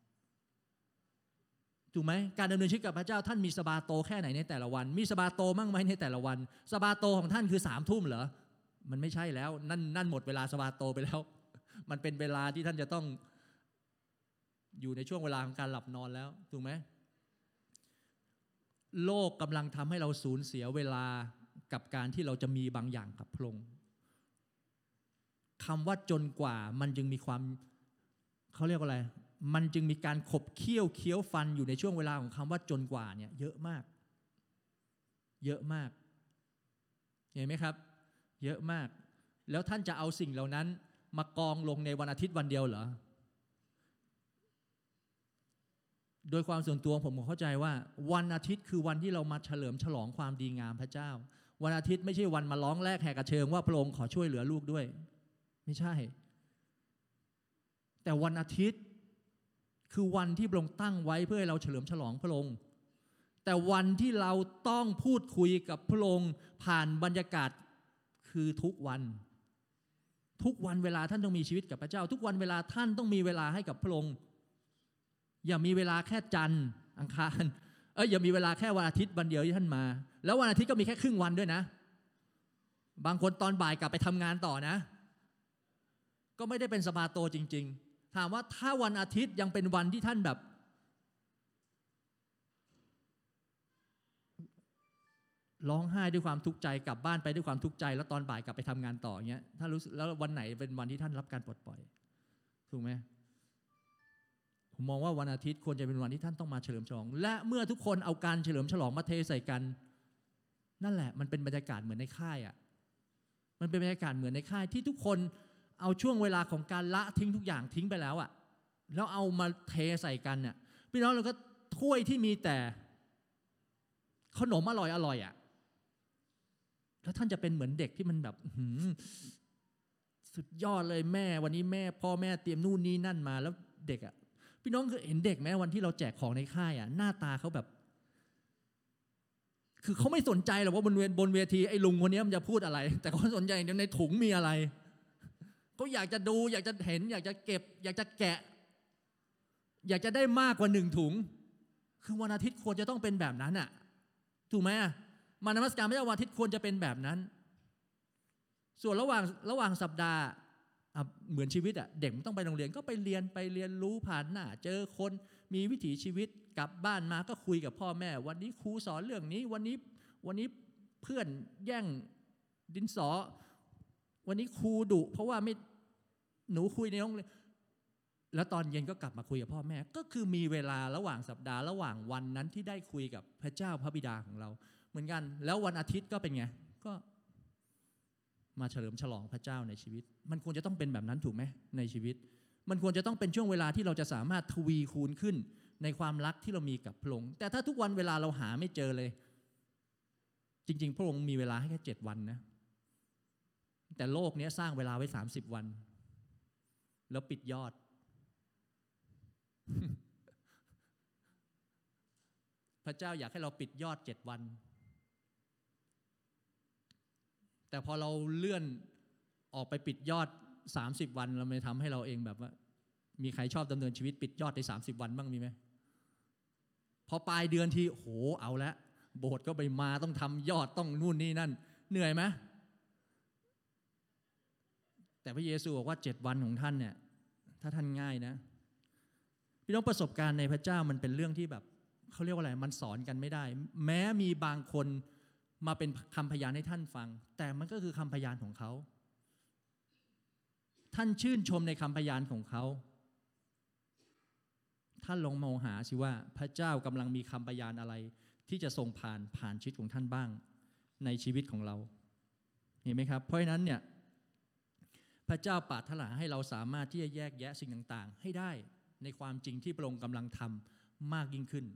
ถูกไหมการดำเนินชีวิตกับพระเจ้าท่านมีสะบาโตแค่ไหนในแต่ละวันมีสะบาโตมั่งไหมในแต่ละวันสะบาโตของท่านคือ3 ทุ่มเหรอมันไม่ใช่แล้วนั่นหมดเวลาสะบาโตไปแล้วมันเป็นเวลาที่ท่านจะต้องอยู่ในช่วงเวลาของการหลับนอนแล้วถูกไหมโลกกำลังทำให้เราสูญเสียเวลากับการที่เราจะมีบางอย่างกับพระองค์คำว่าจนกว่ามันจึงมีความเขาเรียกว่าอะไรมันจึงมีการขบเคี้ยวฟันอยู่ในช่วงเวลาของคำว่าจนกว่าเนี่ยเยอะมากเห็นไหมครับเยอะมากแล้วท่านจะเอาสิ่งเหล่านั้นมากองลงในวันอาทิตย์วันเดียวเหรอโดยความส่วนตัวผมเข้าใจว่าวันอาทิตย์คือวันที่เรามาเฉลิมฉลองความดีงามพระเจ้าวันอาทิตย์ไม่ใช่วันมาร้องแลกแหกกระเชิงว่าพระองค์ขอช่วยเหลือลูกด้วยไม่ใช่แต่วันอาทิตย์คือวันที่พระองค์ตั้งไว้เพื่อให้เราเฉลิมฉลองพระองค์แต่วันที่เราต้องพูดคุยกับพระองค์ผ่านบรรยากาศคือทุกวันเวลาท่านต้องมีชีวิตกับพระเจ้าทุกวันเวลาท่านต้องมีเวลาให้กับพระองค์อย่ามีเวลาแค่จันทร์อังคารอย่ามีเวลาแค่วันอาทิตย์วันเดียวที่ท่านมาแล้ววันอาทิตย์ก็มีแค่ครึ่งวันด้วยนะบางคนตอนบ่ายกลับไปทำงานต่อนะก็ไม่ได้เป็นสะบาโตจริงๆถามว่าถ้าวันอาทิตย์ยังเป็นวันที่ท่านแบบร้องไห้ด้วยความทุกข์ใจกลับบ้านไปด้วยความทุกข์ใจแล้วตอนบ่ายกลับไปทำงานต่ออย่างเงี้ยถ้ารู้สึกแล้ววันไหนเป็นวันที่ท่านรับการปลดปล่อยถูกไหมผมมองว่าวันอาทิตย์ควรจะเป็นวันที่ท่านต้องมาเฉลิมฉลองและเมื่อทุกคนเอาการเฉลิมฉลองมาเทใส่กันนั่นแหละมันเป็นบรรยากาศเหมือนในค่ายอ่ะมันเป็นบรรยากาศเหมือนในค่ายที่ทุกคนเอาช่วงเวลาของการละทิ้งทุกอย่างทิ้งไปแล้วอ่ะแล้วเอามาเทใส่กันเนี่ยพี่น้องเราก็ถ้วยที่มีแต่ขนมอร่อยอ่ะแล้วท่านจะเป็นเหมือนเด็กที่มันแบบสุดยอดเลยแม่วันนี้พ่อแม่เตรียมนู่นนี่นั่นมาแล้วเด็กอ่ะพี่น้องเคยเห็นเด็กไหมวันที่เราแจกของในค่ายอ่ะหน้าตาเขาแบบคือเขาไม่สนใจหรอกว่าบนเวทีไอ้ลุงคนนี้มันจะพูดอะไรแต่เขาสนใจในถุงมีอะไรเขาอยากจะดูอยากจะเห็นอยากจะเก็บอยากจะแกะอยากจะได้มากกว่า1 ถุงคือวันอาทิตย์ควรจะต้องเป็นแบบนั้นอ่ะถูกไหมมานมัสการพระเจ้าวันอาทิตย์ควรจะเป็นแบบนั้นส่วนระหว่างสัปดาห์เหมือนชีวิตอ่ะเด็กมันต้องไปโรงเรียนก็ไปเรียนรู้ผ่านหน้าเจอคนมีวิถีชีวิตกลับบ้านมาก็คุยกับพ่อแม่วันนี้ครูสอนเรื่องนี้วันนี้เพื่อนแย่งดินสอวันนี้ครูดุเพราะว่าไม่หนูคุยในห้องเลยแล้วตอนเย็นก็กลับมาคุยกับพ่อแม่ก็คือมีเวลาระหว่างสัปดาห์ระหว่างวันนั้นที่ได้คุยกับพระเจ้าพระบิดาของเราเหมือนกันแล้ววันอาทิตย์ก็เป็นไงก็มาเฉลิมฉลองพระเจ้าในชีวิตมันควรจะต้องเป็นแบบนั้นถูกไหมในชีวิตมันควรจะต้องเป็นช่วงเวลาที่เราจะสามารถทวีคูณขึ้นในความรักที่เรามีกับพระองค์แต่ถ้าทุกวันเวลาเราหาไม่เจอเลยจริงๆพระองค์มีเวลาให้แค่7 วันนะแต่โลกนี้สร้างเวลาไว้30 วันแล้วปิดยอด พระเจ้าอยากให้เราปิดยอด7 วันแต่พอเราเลื่อนออกไปปิดยอด30 วันเราไม่ทำให้เราเองแบบว่ามีใครชอบดำเนินชีวิตปิดยอดใน30 วันบ้างมีไหมพอปลายเดือนทีโหเอาละโบสถ์ก็ไปมาต้องทำยอดต้องนู่นนี่นั่นเหนื่อยไหมแต่พระเยซูบอกว่า7 วันของท่านเนี่ยถ้าท่านง่ายนะพี่น้องประสบการณ์ในพระเจ้ามันเป็นเรื่องที่แบบเขาเรียกว่าอะไรมันสอนกันไม่ได้แม้มีบางคนมาเป็นคำพยานให้ท่านฟังแต่มันก็คือคำพยานของเขาท่านชื่นชมในคำพยานของเขาท่านลองมองหาสิว่าพระเจ้ากำลังมีคำพยานอะไรที่จะทรงผ่านชีวิตของท่านบ้างในชีวิตของเราเห็นไหมครับเพราะฉะนั้นเนี่ยพระเจ้าปรารถนาให้เราสามารถที่จะแยกแยะสิ่งต่างๆให้ได้ในความจริงที่พระองค์กำลังทำมากยิ่งขึ้น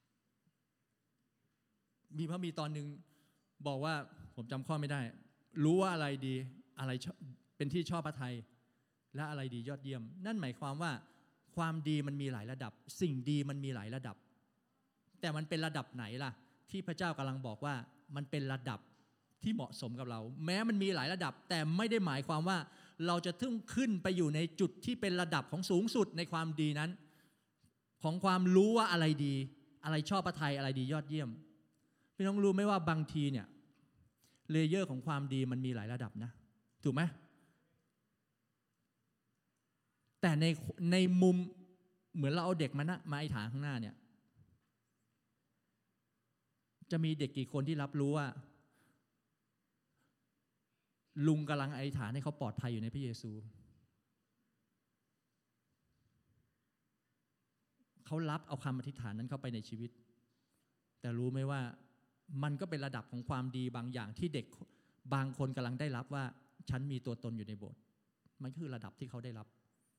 มีตอนหนึ่งบอกว่าผมจำข้อไม่ได้รู้ว่าอะไรดีอะไรเป็นที่ชอบพระทัยและอะไรดียอดเยี่ยมนั่นหมายความว่าความดีมันมีหลายระดับสิ่งดีมันมีหลายระดับแต่มันเป็นระดับไหนล่ะที่พระเจ้ากำลังบอกว่ามันเป็นระดับที่เหมาะสมกับเราแม้มันมีหลายระดับแต่ไม่ได้หมายความว่าเราจะต้องขึ้นไปอยู่ในจุดที่เป็นระดับของสูงสุดในความดีนั้นของความรู้ว่าอะไรดีอะไรชอบพระทัยอะไรดียอดเยี่ยมพี่น้องรู้ไหมว่าบางทีเนี่ยเลเยอร์ของความดีมันมีหลายระดับนะถูกไหมแต่ในมุมเหมือนเราเอาเด็กมาไอ้ฐานข้างหน้าเนี่ยจะมีเด็กกี่คนที่รับรู้ว่าลุงกำลังอธิษฐานให้เขาปลอดภัยอยู่ในพระเยซูเขารับเอาคำอธิษฐานนั้นเข้าไปในชีวิตแต่รู้ไหมว่ามันก็เป็นระดับของความดีบางอย่างที่เด็กบางคนกำลังได้รับว่าฉันมีตัวตนอยู่ในโบสถ์มันคือระดับที่เขาได้รับ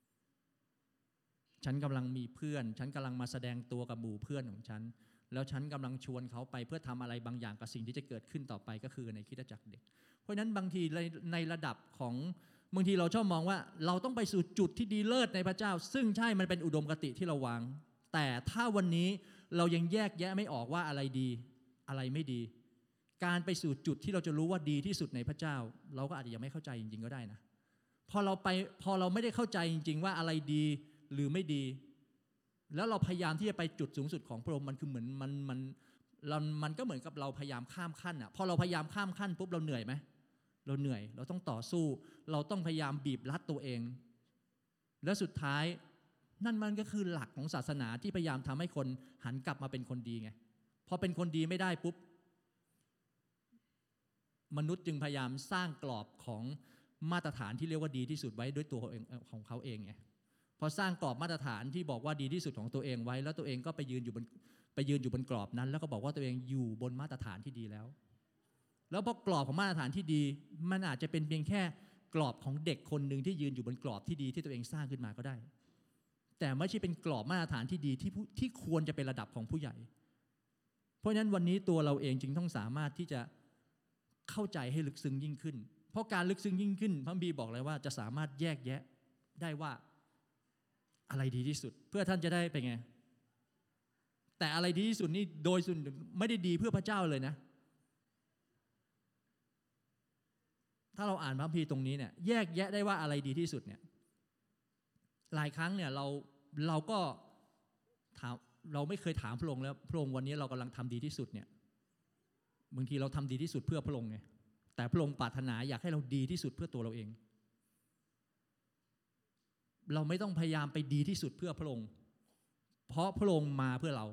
ฉันกำลังมีเพื่อนฉันกำลังมาแสดงตัวกับหมู่เพื่อนของฉันแล้วฉันกำลังชวนเขาไปเพื่อทำอะไรบางอย่างกับสิ่งที่จะเกิดขึ้นต่อไปก็คือในคริสตจักรเด็กเพราะฉะนั้นบางทีในระดับของบางทีเราชอบมองว่าเราต้องไปสู่จุดที่ดีเลิศในพระเจ้าซึ่งใช่มันเป็นอุดมคติที่เราวางแต่ถ้าวันนี้เรายังแยกแยะไม่ออกว่าอะไรดีอะไรไม่ดีการไปสู่จุดที่เราจะรู้ว่าดีที่สุดในพระเจ้าเราก็อาจจะยังไม่เข้าใจจริงๆก็ได้นะพอเราไม่ได้เข้าใจจริงๆว่าอะไรดีหรือไม่ดีแล้วเราพยายามที่จะไปจุดสูงสุดของพระองค์มันคือเหมือนมันก็เหมือนกับเราพยายามข้ามขั้นอ่ะพอเราพยายามข้ามขั้นปุ๊บเราเหนื่อยไหมเราเหนื่อยเราต้องต่อสู้เราต้องพยายามบีบรัดตัวเองแล้วสุดท้ายนั่นมันก็คือหลักของศาสนาที่พยายามทำให้คนหันกลับมาเป็นคนดีไงพอเป็นคนดีไม่ได้ปุ๊บมนุษย์จึงพยายามสร้างกรอบของมาตรฐานที่เรียกว่าดีที่สุดไว้ด้วยตัวของเขาเองไงพอสร้างกรอบมาตรฐานที่บอกว่าดีที่สุดของตัวเองไว้แล้วตัวเองก็ไปยืนอยู่บนกรอบนั้นแล้วก็บอกว่าตัวเองอยู่บนมาตรฐานที่ดีแล้วพอกรอบของมาตรฐานที่ดีมันอาจจะเป็นเพียงแค่กรอบของเด็กคนหนึ่งที่ยืนอยู่บนกรอบที่ดีที่ตัวเองสร้างขึ้นมาก็ได้แต่ไม่ใช่เป็นกรอบมาตรฐานที่ดีที่ควรจะเป็นระดับของผู้ใหญ่เพราะฉะนั้นวันนี้ตัวเราเองจึงต้องสามารถที่จะเข้าใจให้ลึกซึ้งยิ่งขึ้นเพราะการลึกซึ้งยิ่งขึ้นพระคัมภีร์บอกเลยว่าจะสามารถแยกแยะได้ว่าอะไรดีที่สุดเพื่อท่านจะได้เป็นไงแต่อะไรดีที่สุดนี่โดยส่วนไม่ได้ดีเพื่อพระเจ้าเลยนะถ้าเราอ่านพระคัมภีร์ตรงนี้เนี่ยแยกแยะได้ว่าอะไรดีที่สุดเนี่ยหลายครั้งเนี่ยเราก็ถามเราไม่เคยถามพระองค์แล้วพระองค์วันนี้เรากำลังทำดีที่สุดเนี่ยบางทีเราทำดีที่สุดเพื่อพระองค์ไงแต่พระองค์ปรารถนาอยากให้เราดีที่สุดเพื่อตัวเราเองเราไม่ต้องพยายามไปดีที่สุดเพื่อพระองค์เพราะพระองค์มาเพื่อเรา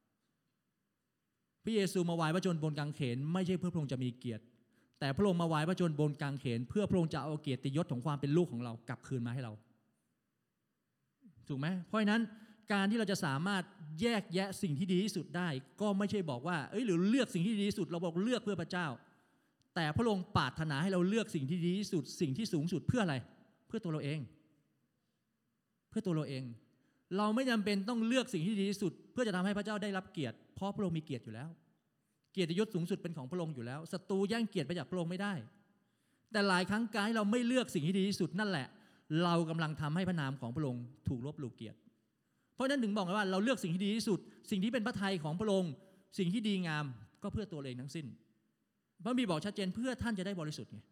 พระเยซูมาไว้พระชนบนกางเขนไม่ใช่เพื่อพระองค์จะมีเกียรติแต่พระองค์มาไว้พระชนบนกางเขนเพื่อพระองค์จะเอาเกียรติยศของความเป็นลูกของเรากลับคืนมาให้เราถูกไหมเพราะฉะนั้นการที่เราจะสามารถแยกแยะสิ่งที่ดีที่สุดได้ก็ไม่ใช่บอกว่าหรือเลือกสิ่งที่ดีที่สุดเราบอกเลือกเพื่อพระเจ้าแต่พระองค์ปรารถนาให้เราเลือกสิ่งที่ดีที่สุดสิ่งที่สูงสุดเพื่ออะไรเพื่อตัวเราเองเพื่อตัวเราเองเราไม่จำเป็นต้องเลือกสิ่งที่ดีที่สุดเพื่อจะทำให้พระเจ้าได้รับเกียรติเพราะพระองค์มีเกียรติอยู่แล้วเกียรติยศสูงสุดเป็นของพระองค์อยู่แล้วศัตรูแย่งเกียรติไปจากพระองค์ไม่ได้แต่หลายครั้งการที่เราไม่เลือกสิ่งที่ดีที่สุดนั่นแหละเรากำลังทำให้พระนามของพระองค์ถูกลบหลู่เกียรติเพราะฉะนั้นถึงบอกว่าเราเลือกสิ่งที่ดีที่สุดสิ่งที่เป็นพระทัยของพระองค์สิ่งที่ดีงามก็เพื่อตัวเองทั้งสิ้นพระบิดาบอกชัดเจนเพื่อท่านจะได้บริสุทธิ์ไง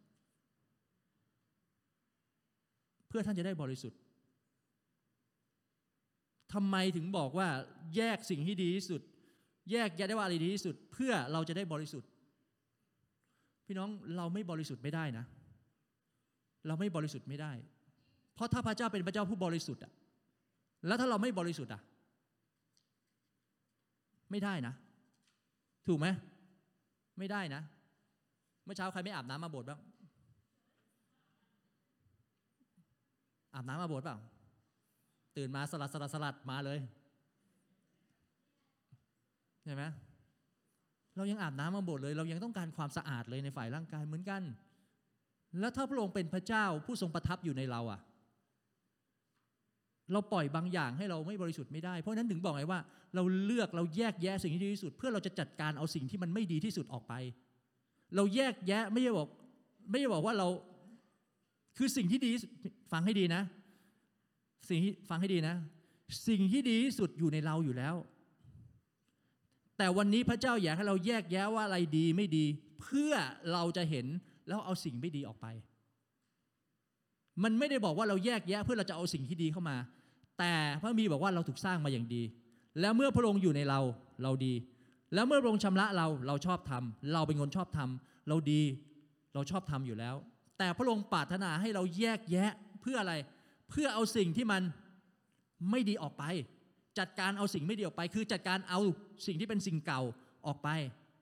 เพื่อท่านจะได้บริสุทธิ์ทำไมถึงบอกว่าแยกสิ่งที่ดีที่สุดแยกแยะได้ว่าอะไรดีที่สุดเพื่อเราจะได้บริสุทธิ์พี่น้องเราไม่บริสุทธิ์ไม่ได้นะเราไม่บริสุทธิ์ไม่ได้เพราะถ้าพระเจ้าเป็นพระเจ้าผู้บริสุทธิ์อะแล้วถ้าเราไม่บริสุทธิ์อะไม่ได้นะถูกไหมไม่ได้นะเมื่อเช้าใครไม่อาบน้ำมาโบสถ์บ้างอาบน้ำมาโบสถ์เปล่าตื่นมาสลัดมาเลยใช่ไหมเรายังอาบน้ำมาโบสถ์เลยเรายังต้องการความสะอาดเลยในฝ่ายร่างกายเหมือนกันแล้วถ้าพระองค์เป็นพระเจ้าผู้ทรงประทับอยู่ในเราอะเราปล่อยบางอย่างให้เราไม่บริสุทธิ์ไม่ได้เพราะนั้นถึงบอกไงว่าเราเลือกเราแยกแยะสิ่งที่ดีที่สุดเพื่อเราจะจัดการเอาสิ่งที่มันไม่ดีที่สุดออกไปเราแยกแยะไม่ใช่บอกว่าเราคือสิ่งที่ดีฟังให้ดีนะฟังให้ดีนะสิ่งที่ดีที่สุดอยู่ในเราอยู่แล้วแต่วันนี้พระเจ้าอยากให้เราแยกแยะว่าอะไรดีไม่ดีเพื่อเราจะเห็นแล้วเอาสิ่งไม่ดีออกไปมันไม่ได้บอกว่าเราแยกแยะเพื่อเราจะเอาสิ่งที่ดีเข้ามาแต่พระคัมภีร์บอกว่าเราถูกสร้างมาอย่างดีแล้วเมื่อพระองค์อยู่ในเราดีแล้วเมื่อพระองค์ชำระเราชอบทำเราเป็นคนชอบทำเราดีเราชอบทำอยู่แล้วแต่พระองค์ปรารถนาให้เราแยกแยะเพื่ออะไรเพื่อเอาสิ่งที่มันไม่ดีออกไปจัดการเอาสิ่งไม่ดีออกไปคือจัดการเอาสิ่งที่เป็นสิ่งเก่าออกไป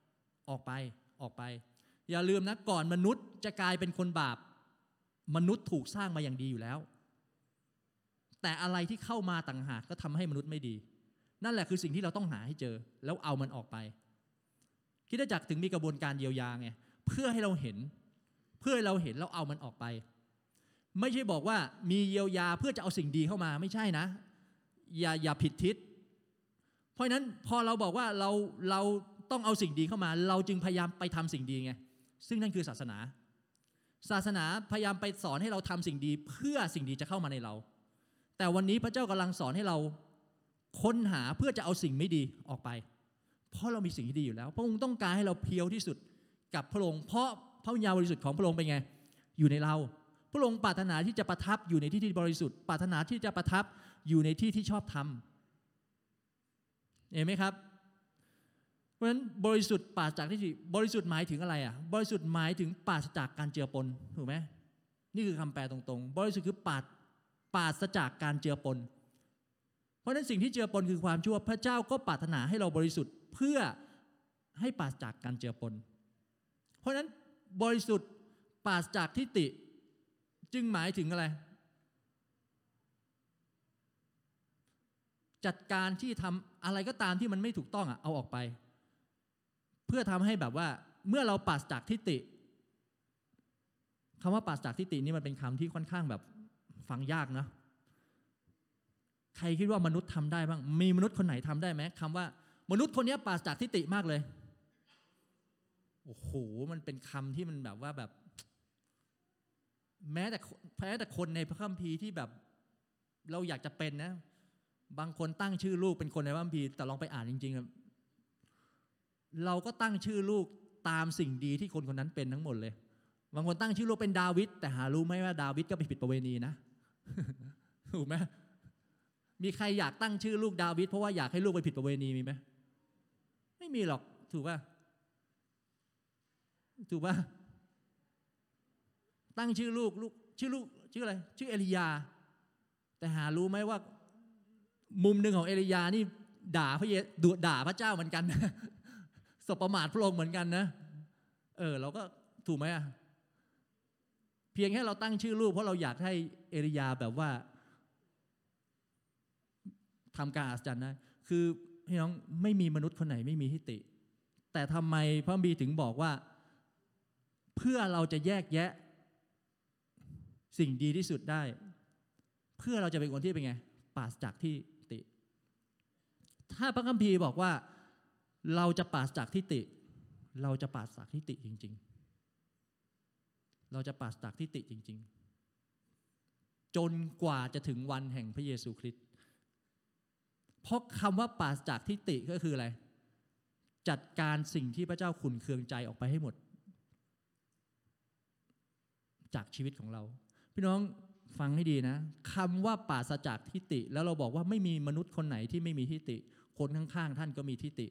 อย่าลืมนะก่อนมนุษย์จะกลายเป็นคนบาปมนุษย์ถูกสร้างมาอย่างดีอยู่แล้วแต่อะไรที่เข้ามาต่างหากก็ทำให้มนุษย์ไม่ดีนั่นแหละคือสิ่งที่เราต้องหาให้เจอแล้วเอามันออกไปคริสตจักรถึงมีกระบวนการเยียวยาไงเพื่อให้เราเห็นแล้วเอามันออกไปไม่ใช่บอกว่ามีเยียวยาเพื่อจะเอาสิ่งดีเข้ามาไม่ใช่นะอย่าผิดทิศเพราะฉะนั้นพอเราบอกว่าเราต้องเอาสิ่งดีเข้ามาเราจึงพยายามไปทำสิ่งดีไงซึ่งนั่นคือศาสนาพยายามไปสอนให้เราทำสิ่งดีเพื่อสิ่งดีจะเข้ามาในเราแต่วันนี้พระเจ้ากำลังสอนให้เราค้นหาเพื่อจะเอาสิ่งไม่ดีออกไปเพราะเรามีสิ่งที่ดีอยู่แล้วพระองค์ต้องการให้เราเพียวที่สุดกับพระองค์เพราะพระวิญญาณบริสุทธิ์ของพระองค์เป็นไงอยู่ในเราพระองค์ปรารถนาที่จะประทับอยู่ในที่ที่บริสุทธิ์ปรารถนาที่จะประทับอยู่ในที่ที่ชอบธรรมเห็นไหมครับเพราะฉะนั้นบริสุทธิ์ปราศจากทิฏฐิบริสุทธิ์หมายถึงอะไรอ่ะบริสุทธิ์หมายถึงปราศจากการเจือปนถูกไหมนี่คือคำแปลตรงๆบริสุทธิ์คือปราศจากการเจือปนเพราะฉะนั้นสิ่งที่เจือปนคือความชั่วพระเจ้าก็ปรารถนาให้เราบริสุทธิ์เพื่อให้ปราศจากการเจือปนเพราะฉะนั้นบริสุทธิ์ปราศจากทิฏฐิจึงหมายถึงอะไรจัดการที่ทำอะไรก็ตามที่มันไม่ถูกต้องเอาออกไปเพื่อทำให้แบบว่าเมื่อเราปราศจากทิฏฐิคำว่าปราศจากทิฏฐินี่มันเป็นคำที่ค่อนข้างแบบฟังยากนะใครคิดว่ามนุษย์ทำได้บ้างมีมนุษย์คนไหนทำได้ไหมคำว่ามนุษย์คนนี้ปราศจากทิฏฐิมากเลยโอ้โหมันเป็นคำที่มันแบบว่าแบบแม้แต่คนในพระคัมภีร์ที่แบบเราอยากจะเป็นนะบางคนตั้งชื่อลูกเป็นคนในพระคัมภีร์แต่ลองไปอ่านจริงๆเราก็ตั้งชื่อลูกตามสิ่งดีที่คนคนนั้นเป็นทั้งหมดเลยบางคนตั้งชื่อลูกเป็นดาวิดแต่หารู้ไหมว่าดาวิดก็ไปผิดประเวณีนะ ถูกไหมมีใครอยากตั้งชื่อลูกดาวิดเพราะว่าอยากให้ลูกไปผิดประเวณีมีไหมไม่มีหรอกถูกป่ะตั้งชื่อลูกชื่ออะไรชื่อเอลียาแต่หารู้ไหมว่ามุมหนึ่งของเอลียานี่ด่าพระเจ้าเหมือนกันนะสบประมาทพระองค์เหมือนกันนะเราก็ถูกไหมเพียงแค่เราตั้งชื่อลูกเพราะเราอยากให้เอลียาแบบว่าทำการอัศจรรย์ได้คือพี่น้องไม่มีมนุษย์คนไหนไม่มีทิฏฐิแต่ทำไมพระคัมภีร์ถึงบอกว่าเพื่อเราจะแยกแยะสิ่งดีที่สุดได้เพื่อเราจะเป็นคนที่เป็นไงปราศจากทิฏฐิถ้าพระคัมภีร์บอกว่าเราจะปราศจากทิฏฐิเราจะปราศจากทิฏฐิจริงๆเราจะปราศจากทิฏฐิจริงๆจนกว่าจะถึงวันแห่งพระเยซูคริสต์เพราะคำว่าปราศจากทิฏฐิก็คืออะไรจัดการสิ่งที่พระเจ้าขุ่นเคืองใจออกไปให้หมดจากชีวิตของเราพี่น้องฟังให้ดีนะคำว่าปราศจากทิฏฐิแล้วเราบอกว่าไม่มีมนุษย์คนไหนที่ไม่มีทิฏฐิคนข้างๆท่านก็มีทิฏฐิ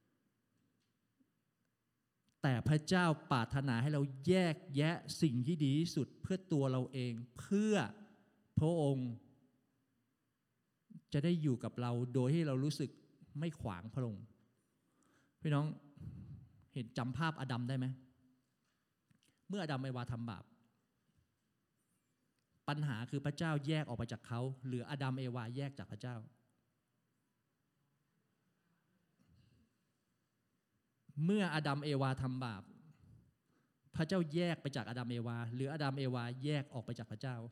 แต่พระเจ้าปรารถนาให้เราแยกแยะสิ่งที่ดีที่สุดเพื่อตัวเราเองเพื่อพระองค์จะได้อยู่กับเราโดยให้เรารู้สึกไม่ขวางพระองค์พี่น้องเห็นจำภาพอาดัมได้ไหมเมื่ออาดัมเอวาทำบาปปัญหาคือพระเจ้าแยกออกไปจากเขาหรืออาดัมเอวาแยกจากพระเจ้าเมื่ออาดัมเอวาทำบาปพระเจ้าแยกไปจากอาดัมเอวาหรืออาดัมเอวาแยกออกไปจากพระเจ้า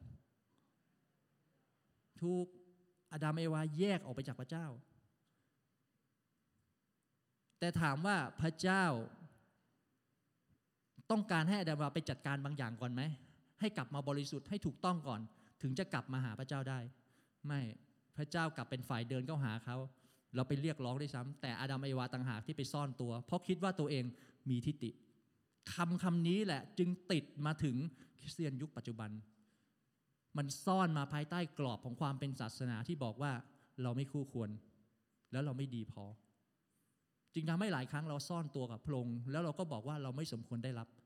ทุกอาดัมเอวาแยกออกไปจากพระเจ้าแต่ถามว่าพระเจ้าต้องการให้อาดัมเอวาไปจัดการบางอย่างก่อนไหมให้กลับมาบริสุทธิ์ให้ถูกต้องก่อนถึงจะกลับมาหาพระเจ้าได้ไม่พระเจ้ากลับเป็นฝ่ายเดินเข้าหาเขาเราไปเรียกร้องด้วยซ้ำแต่อาดัมเอวาต่างหากที่ไปซ่อนตัวเพราะคิดว่าตัวเองมีทิฏฐิคำนี้แหละจึงติดมาถึงคริสเตียนยุคปัจจุบันมันซ่อนมาภายใต้กรอบของความเป็นศาสนาที่บอกว่าเราไม่คู่ควรแล้วเราไม่ดีพอจึงทำให้หลายครั้งเราซ่อนตัวกับพระองค์แล้วเราก็บอกว่าเราไม่สมควรได้รับ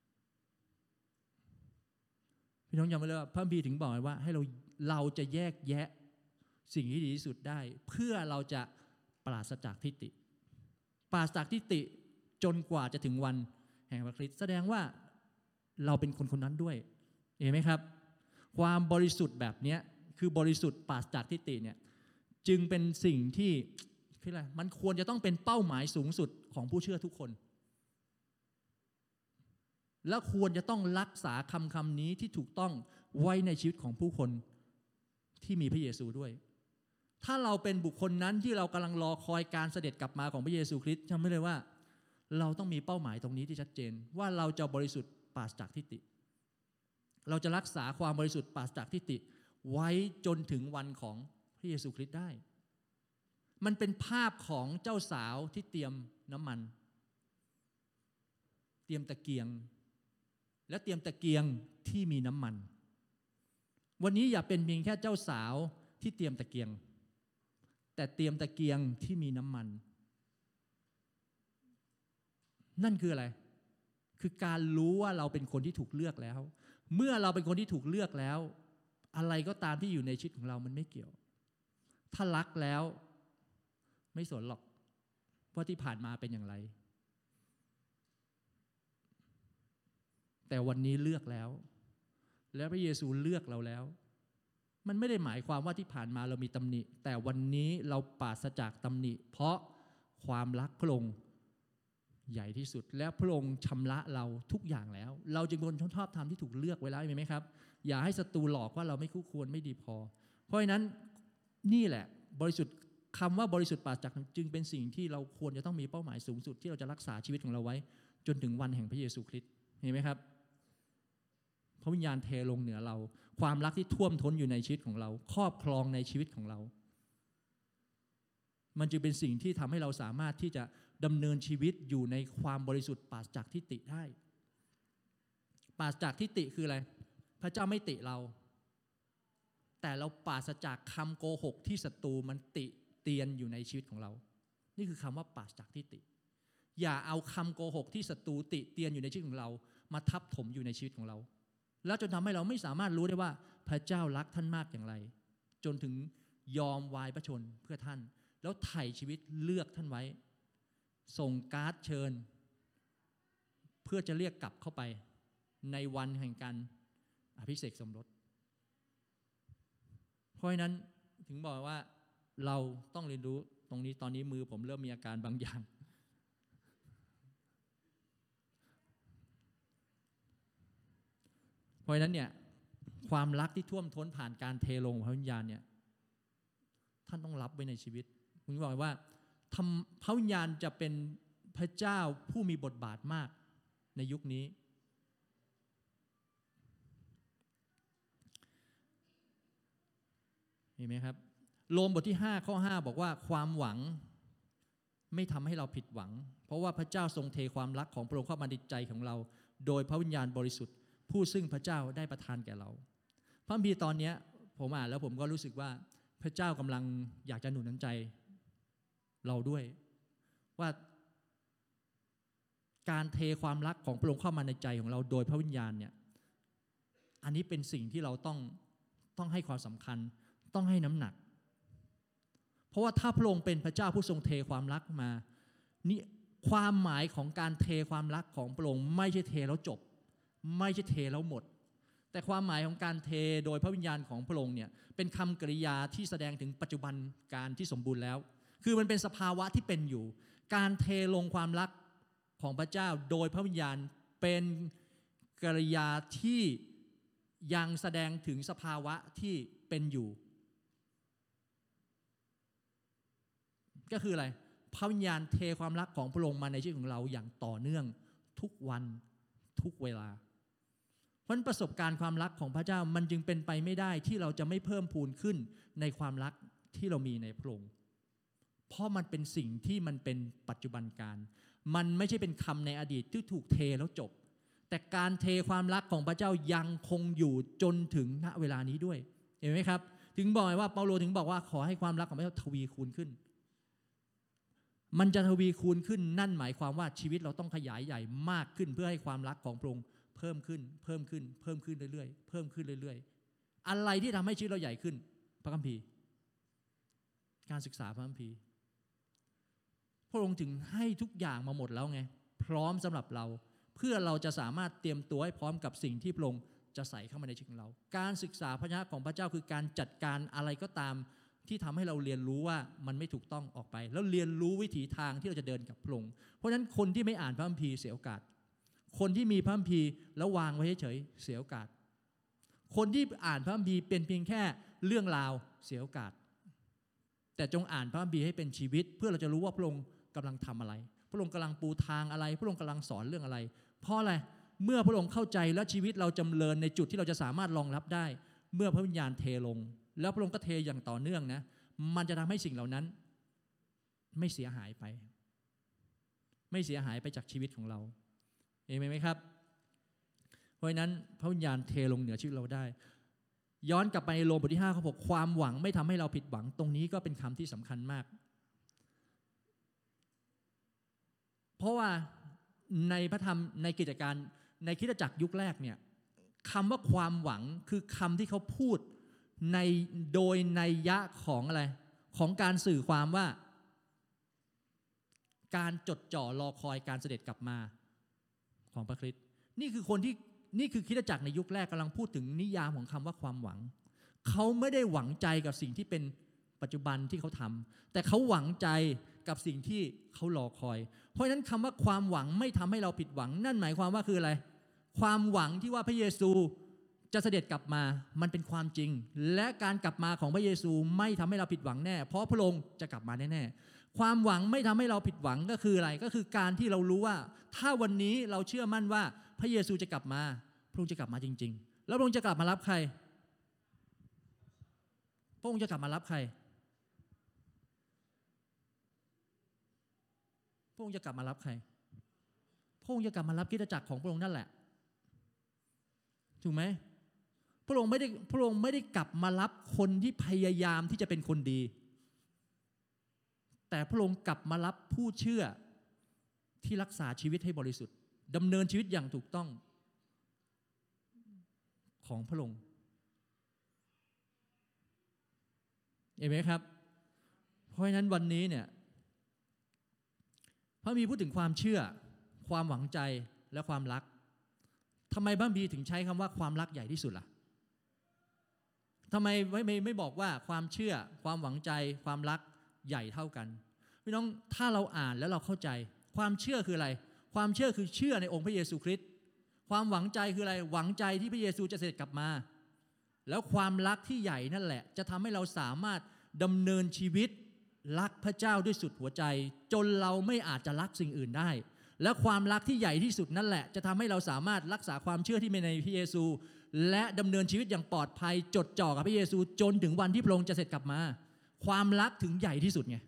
พี่น้องจำไว้เลยว่าพระคัมภีร์ถึงบอกไว้ว่าให้เราจะแยกแยะสิ่งที่ดีที่สุดได้เพื่อเราจะปราศจากทิฏฐิปราศจากทิฏฐิจนกว่าจะถึงวันแห่งพระคริสต์แสดงว่าเราเป็นคนคนนั้นด้วยเห็นไหมครับความบริสุทธิ์แบบนี้คือบริสุทธิ์ปราศจากทิฏฐิเนี่ยจึงเป็นสิ่งที่มันควรจะต้องเป็นเป้าหมายสูงสุดของผู้เชื่อทุกคนและควรจะต้องรักษาคำนี้ที่ถูกต้องไว้ในชีวิตของผู้คนที่มีพระเยซูด้วยถ้าเราเป็นบุคคลนั้นที่เรากำลังรอคอยการเสด็จกลับมาของพระเยซูคริสต์จำไว้เลยว่าเราต้องมีเป้าหมายตรงนี้ที่ชัดเจนว่าเราจะบริสุทธิ์ปราศจากทิฏฐิเราจะรักษาความบริสุทธิ์ปราศจากทิฏฐิไว้จนถึงวันของพระเยซูคริสต์ได้มันเป็นภาพของเจ้าสาวที่เตรียมน้ำมันเตรียมตะเกียงและเตรียมตะเกียงที่มีน้ำมันวันนี้อย่าเป็นเพียงแค่เจ้าสาวที่เตรียมตะเกียงแต่เตรียมตะเกียงที่มีน้ำมันนั่นคืออะไรคือการรู้ว่าเราเป็นคนที่ถูกเลือกแล้วเมื่อเราเป็นคนที่ถูกเลือกแล้วอะไรก็ตามที่อยู่ในชีวิตของเรามันไม่เกี่ยวถ้ารักแล้วไม่สนหรอกว่าที่ผ่านมาเป็นอย่างไรแต่วันนี้เลือกแล้วและพระเยซูเลือกเราแล้วมันไม่ได้หมายความว่าที่ผ่านมาเรามีตำหนิแต่วันนี้เราปราศจากตำหนิเพราะความรักพระองค์ใหญ่ที่สุดและพระองค์ชำระเราทุกอย่างแล้วเราจึงเป็นคนชอบธรรมที่ถูกเลือกไว้แล้วเห็นไหมครับอย่าให้ศัตรูหลอกว่าเราไม่คู่ควรไม่ดีพอเพราะฉะนั้นนี่แหละบริสุทธิ์คำว่าบริสุทธิ์ปราศจากจึงเป็นสิ่งที่เราควรจะต้องมีเป้าหมายสูงสุดที่เราจะรักษาชีวิตของเราไว้จนถึงวันแห่งพระเยซูคริสต์เห็นไหมครับพระวิญญาณเทลงเหนือเราความรักที่ท่วมท้นอยู่ในชีวิตของเราครอบครองในชีวิตของเรามันจึงเป็นสิ่งที่ทำให้เราสามารถที่จะดำเนินชีวิตอยู่ในความบริสุทธิ์ปราศจากทิฏฐิได้ปราศจากทิฏฐิคืออะไรพระเจ้าไม่ติเราแต่เราปราศจากคำโกหกที่ศัตรูมันติเตียนอยู่ในชีวิตของเรานี่คือคำว่าปราศจากทิฏฐิอย่าเอาคำโกหกที่ศัตรูติเตียนอยู่ในชีวิตของเรามาทับถมอยู่ในชีวิตของเราแล้วจนทำให้เราไม่สามารถรู้ได้ว่าพระเจ้ารักท่านมากอย่างไรจนถึงยอมวายพระชนเพื่อท่านแล้วไถ่ชีวิตเลือกท่านไว้ส่งการ์ดเชิญเพื่อจะเรียกกลับเข้าไปในวันแห่งการอภิเษกสมรสเพราะฉะนั้นถึงบอกว่าเราต้องเรียนรู้ตรงนี้ตอนนี้มือผมเริ่มมีอาการบางอย่างเพราะฉะนั้นเนี่ยความรักที่ท่วมท้นผ่านการเทลงพระวิญญาณเนี่ยท่านต้องรับไว้ในชีวิตผมบอกว่าพระวิญญาณจะเป็นพระเจ้าผู้มีบทบาทมากในยุคนี้เห็นไหมครับโรมบทที่5ข้อ5บอกว่าความหวังไม่ทำให้เราผิดหวังเพราะว่าพระเจ้าทรงเทความรักของพระองค์เข้ามาในใจของเราโดยพระวิญญาณบริสุทธิ์ผู้ซึ่งพระเจ้าได้ประทานแก่เราพระคัมภีร์ตอนนี้ผมอ่านแล้วผมก็รู้สึกว่าพระเจ้ากำลังอยากจะหนุนน้ำใจเราด้วยว่าการเทความรักของพระองค์เข้ามาในใจของเราโดยพระวิญญาณเนี่ยอันนี้เป็นสิ่งที่เราต้องให้ความสำคัญต้องให้น้ำหนักเพราะว่าถ้าพระองค์เป็นพระเจ้าผู้ทรงเทความรักมานี่ความหมายของการเทความรักของพระองค์ไม่ใช่เทแล้วจบไม่ใช่เทแล้วหมดแต่ความหมายของการเทโดยพระวิญญาณของพระองค์เนี่ยเป็นคำกริยาที่แสดงถึงปัจจุบันการที่สมบูรณ์แล้วคือมันเป็นสภาวะที่เป็นอยู่การเทลงความรักของพระเจ้าโดยพระวิญญาณเป็นกริยาที่ยังแสดงถึงสภาวะที่เป็นอยู่ก็คืออะไรพระวิญญาณเทความรักของพระองค์มาในชีวิตของเราอย่างต่อเนื่องทุกวันทุกเวลาเพราะประสบการณ์ความรักของพระเจ้ามันจึงเป็นไปไม่ได้ที่เราจะไม่เพิ่มพูนขึ้นในความรักที่เรามีในพระองค์เพราะมันเป็นสิ่งที่มันเป็นปัจจุบันการมันไม่ใช่เป็นคำในอดีตที่ถูกเทแล้วจบแต่การเทความรักของพระเจ้ายังคงอยู่จนถึงณเวลานี้ด้วยเห็นไหมครับถึงบอกว่าเปาโลถึงบอกว่าขอให้ความรักของพระเจ้าทวีคูณขึ้นมันจะทวีคูณขึ้นนั่นหมายความว่าชีวิตเราต้องขยายใหญ่มากขึ้นเพื่อให้ความรักของพระองค์เพิ่มขึ้นเพิ่มขึ้นเพิ่มขึ้นเรื่อยๆเพิ่มขึ้นเรื่อยๆอะไรที่ทำให้ชีวิตเราใหญ่ขึ้นพระคัมภีร์การศึกษาพระคัมภีร์พระองค์ถึงให้ทุกอย่างมาหมดแล้วไงพร้อมสำหรับเราเพื่อเราจะสามารถเตรียมตัวให้พร้อมกับสิ่งที่พระองค์จะใส่เข้ามาในชีวิตของเราการศึกษาพระวจนะของพระเจ้าคือการจัดการอะไรก็ตามที่ทำให้เราเรียนรู้ว่ามันไม่ถูกต้องออกไปแล้วเรียนรู้วิถีทางที่เราจะเดินกับพระองค์เพราะฉะนั้นคนที่ไม่อ่านพระคัมภีร์เสียโอกาสคนที่มีพระคัมภีร์แล้ววางไว้เฉยๆเสียโอกาสคนที่อ่านพระคัมภีร์เป็นเพียงแค่เรื่องราวเสียโอกาสแต่จงอ่านพระคัมภีร์ให้เป็นชีวิตเพื่อเราจะรู้ว่าพระองค์กำลังทำอะไรพระองค์กำลังปูทางอะไรพระองค์กำลังสอนเรื่องอะไรเพราะอะไรเมื่อพระองค์เข้าใจและชีวิตเราจำเริญในจุดที่เราจะสามารถรองรับได้เมื่อพระวิญญาณเทลงแล้วพระองค์ก็เทอย่างต่อเนื่องนะมันจะทำให้สิ่งเหล่านั้นไม่เสียหายไปไม่เสียหายไปจากชีวิตของเราเห็นไหมครับเพราะฉะนั้นพระวิญญาณเทลงเหนือชีวิตเราได้ย้อนกลับไปในโรมบทที่5ข้อ6ความหวังไม่ทำให้เราผิดหวังตรงนี้ก็เป็นคำที่สำคัญมากเพราะว่าในพระธรรมในกิจการในคริสตจักรยุคแรกเนี่ยคำว่าความหวังคือคำที่เขาพูดในโดยนัยยะของอะไรของการสื่อความว่าการจดจ่อรอคอยการเสด็จกลับมาของพระคริสต์นี่คือคนที่นี่คือคริสตจักรในยุคแรกกำลังพูดถึงนิยามของคำว่าความหวังเขาไม่ได้หวังใจกับสิ่งที่เป็นปัจจุบันที่เขาทำแต่เขาหวังใจกับสิ่งที่เขารอคอยเพราะฉะนั้นคำว่าความหวังไม่ทำให้เราผิดหวังนั่นหมายความว่าคืออะไรความหวังที่ว่าพระเยซูจะเสด็จกลับมามันเป็นความจริงและการกลับมาของพระเยซูไม่ทำให้เราผิดหวังแน่เพราะพระองค์จะกลับมาแน่ๆความหวังไม่ทำให้เราผิดหวังก็คืออะไรก็คือการที่เรารู้ว่าถ้าวันนี้เราเชื่อมั่นว่าพระเยซูจะกลับมาพระองค์จะกลับมาจริงๆแล้วพระองค์จะกลับมารับใครพระองค์จะกลับมารับใครพระองค์จะกลับมารับใครพระองค์จะกลับมารับคริสตจักรของพระองค์นั่นแหละถูกไหมพระองค์ไม่ได้กลับมารับคนที่พยายามที่จะเป็นคนดีแต่พระองค์กลับมารับผู้เชื่อที่รักษาชีวิตให้บริสุทธิ์ดำเนินชีวิตอย่างถูกต้องของพระองค์เห็นไหมครับเพราะฉะนั้นวันนี้เนี่ยพระมีพูดถึงความเชื่อความหวังใจและความรักทำไมพระบีถึงใช้คำว่าความรักใหญ่ที่สุดล่ะทำไมไม่บอกว่าความเชื่อความหวังใจความรักใหญ่เท่ากันพี่น้องถ้าเราอ่านแล้วเราเข้าใจความเชื่อคืออะไรความเชื่อคือเชื่อในองค์พระเยซูคริสต์ความหวังใจคืออะไรหวังใจที่พระเยซูจะเสด็จกลับมาแล้วความรักที่ใหญ่นั่นแหละจะทำให้เราสามารถดำเนินชีวิตรักพระเจ้าด้วยสุดหัวใจจนเราไม่อาจจะรักสิ่งอื่นได้และความรักที่ใหญ่ที่สุดนั่นแหละจะทำให้เราสามารถรักษาความเชื่อที่มีในพระเยซูและดำเนินชีวิตอย่างปลอดภัยจดจ่อกับพระเยซูจนถึงวันที่พระองค์จะเสด็จกลับมาความรักถึงใหญ่ที่สุดไง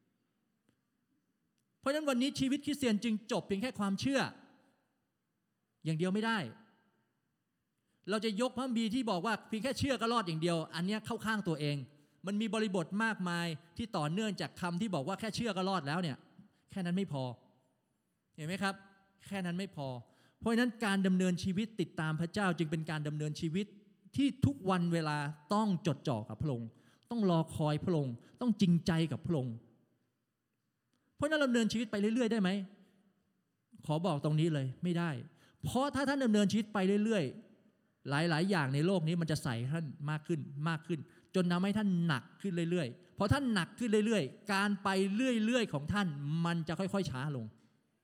เพราะฉะนั้นวันนี้ชีวิตคริสเตียนจึงจบเพียงแค่ความเชื่ออย่างเดียวไม่ได้เราจะยกพระคัมภีร์ที่บอกว่าเพียงแค่เชื่อก็รอดอย่างเดียวอันนี้เข้าข้างตัวเองมันมีบริบทมากมายที่ต่อเนื่องจากคำที่บอกว่าแค่เชื่อก็รอดแล้วเนี่ยแค่นั้นไม่พอเห็นไหมครับแค่นั้นไม่พอเพราะฉะนั้นการดำเนินชีวิตติดตามพระเจ้าจึงเป็นการดำเนินชีวิตที่ทุกวันเวลาต้องจดจ่อกับพระองค์ต้องรอคอยพระองค์ต้องจริงใจกับพระองค์เพราะนั้นดำเนินชีวิตไปเรื่อยๆได้ไหมขอบอกตรงนี้เลยไม่ได้เพราะถ้าท่านดำเนินชีวิตไปเรื่อยๆหลายๆอย่างในโลกนี้มันจะใส่ท่านมากขึ้นมากขึ้นจนทำให้ท่านหนักขึ้นเรื่อยๆพอท่านหนักขึ้นเรื่อยๆการไปเรื่อยๆของท่านมันจะค่อยๆช้าลง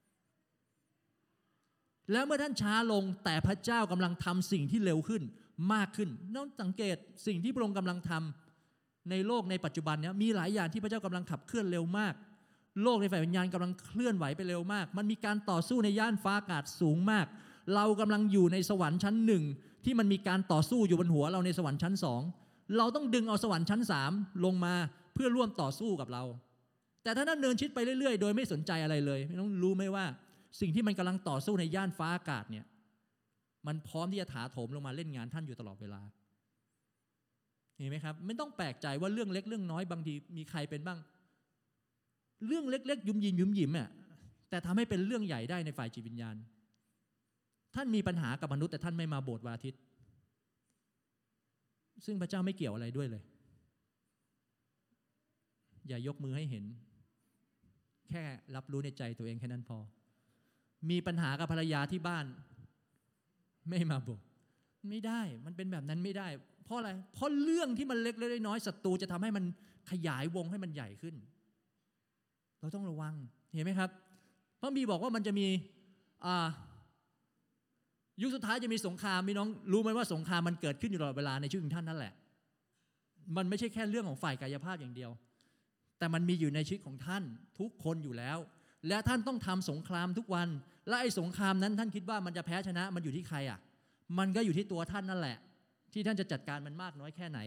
แล้วเมื่อท่านช้าลงแต่พระเจ้ากำลังทำสิ่งที่เร็วขึ้นมากขึ้นน้องสังเกตสิ่งที่พระองค์กำลังทำในโลกในปัจจุบันนี้มีหลายอย่างที่พระเจ้ากำลังขับเคลื่อนเร็วมากโลกในฝ่ายวิญญาณกำลังเคลื่อนไหวไปเร็วมากมันมีการต่อสู้ในย่านฟ้าอากาศสูงมากเรากำลังอยู่ในสวรรค์ชั้นหนึ่งที่มันมีการต่อสู้อยู่บนหัวเราในสวรรค์ชั้นสองเราต้องดึงเอาสวรรค์ชั้น3ลงมาเพื่อร่วมต่อสู้กับเราแต่ถ้าท่านเดินชิดไปเรื่อยๆโดยไม่สนใจอะไรเลยไม่ต้องรู้ไหมว่าสิ่งที่มันกำลังต่อสู้ในย่านฟ้าอากาศเนี่ยมันพร้อมที่จะถาโถมลงมาเล่นงานท่านอยู่ตลอดเวลาเห็นไหมครับไม่ต้องแปลกใจว่าเรื่องเล็กเรื่องน้อยบางทีมีใครเป็นบ้างเรื่องเล็กๆยุ่มยิ้มแต่ทำให้เป็นเรื่องใหญ่ได้ในฝ่ายจิตวิญญาณท่านมีปัญหากับมนุษย์แต่ท่านไม่มาโบสถ์วันอาทิตย์ซึ่งพระเจ้าไม่เกี่ยวอะไรด้วยเลยอย่ายกมือให้เห็นแค่รับรู้ในใจตัวเองแค่นั้นพอมีปัญหากับภรรยาที่บ้านไม่มาโบสถ์ไม่ได้มันเป็นแบบนั้นไม่ได้เพราะอะไรเพราะเรื่องที่มันเล็กเล็กน้อยศัตรูจะทำให้มันขยายวงให้มันใหญ่ขึ้นเราต้องระวังเห็นไหมครับพระบีบอกว่ามันจะมียุคสุดท้ายจะมีสงครามพี่น้องรู้ไหมว่าสงครามมันเกิดขึ้นอยู่ตลอดเวลาในชีวิตของท่านนั่นแหละมันไม่ใช่แค่เรื่องของฝ่ายกายภาพอย่างเดียวแต่มันมีอยู่ในชีวิตของท่านทุกคนอยู่แล้วและท่านต้องทำสงครามทุกวันและไอ้สงครามนั้นท่านคิดว่ามันจะแพ้ชนะมันอยู่ที่ใครอ่ะมันก็อยู่ที่ตัวท่านนั่นแหละที่ท่านจะจัดการมันมากน้อยแค่ไหน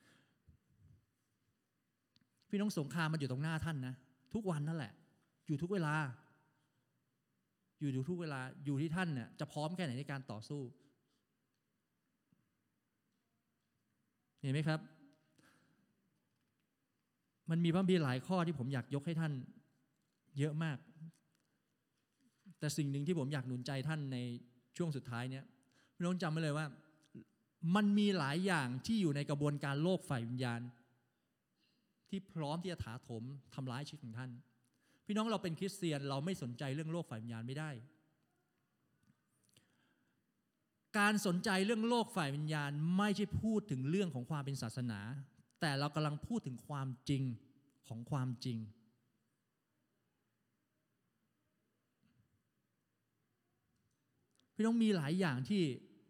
พี่น้องสงครามมันอยู่ตรงหน้าท่านนะทุกวันนั่นแหละอยู่ทุกเวลาอยู่ทุกเวลาอยู่ที่ท่านเนี่ยจะพร้อมแค่ไหนในการต่อสู้เห็นไหมครับมันมีพระคัมภีร์หลายข้อที่ผมอยากยกให้ท่านเยอะมากแต่สิ่งหนึ่งที่ผมอยากหนุนใจท่านในช่วงสุดท้ายเนี่ยพี่น้องจำไว้เลยว่ามันมีหลายอย่างที่อยู่ในกระบวนการโลกฝ่ายวิญญาณที่พร้อมที่จะถาโถมทำร้ายชีวิตของท่านพี่น้องเราเป็นคริสเตียนเราไม่สนใจเรื่องโลกฝ่ายวิญญาณไม่ได้การสนใจเรื่องโลกฝ่ายวิญญาณไม่ใช่พูดถึงเรื่องของความเป็นศาสนาแต่เรากำลังพูดถึงความจริงของความจริงพี่น้องมีหลายอย่างที่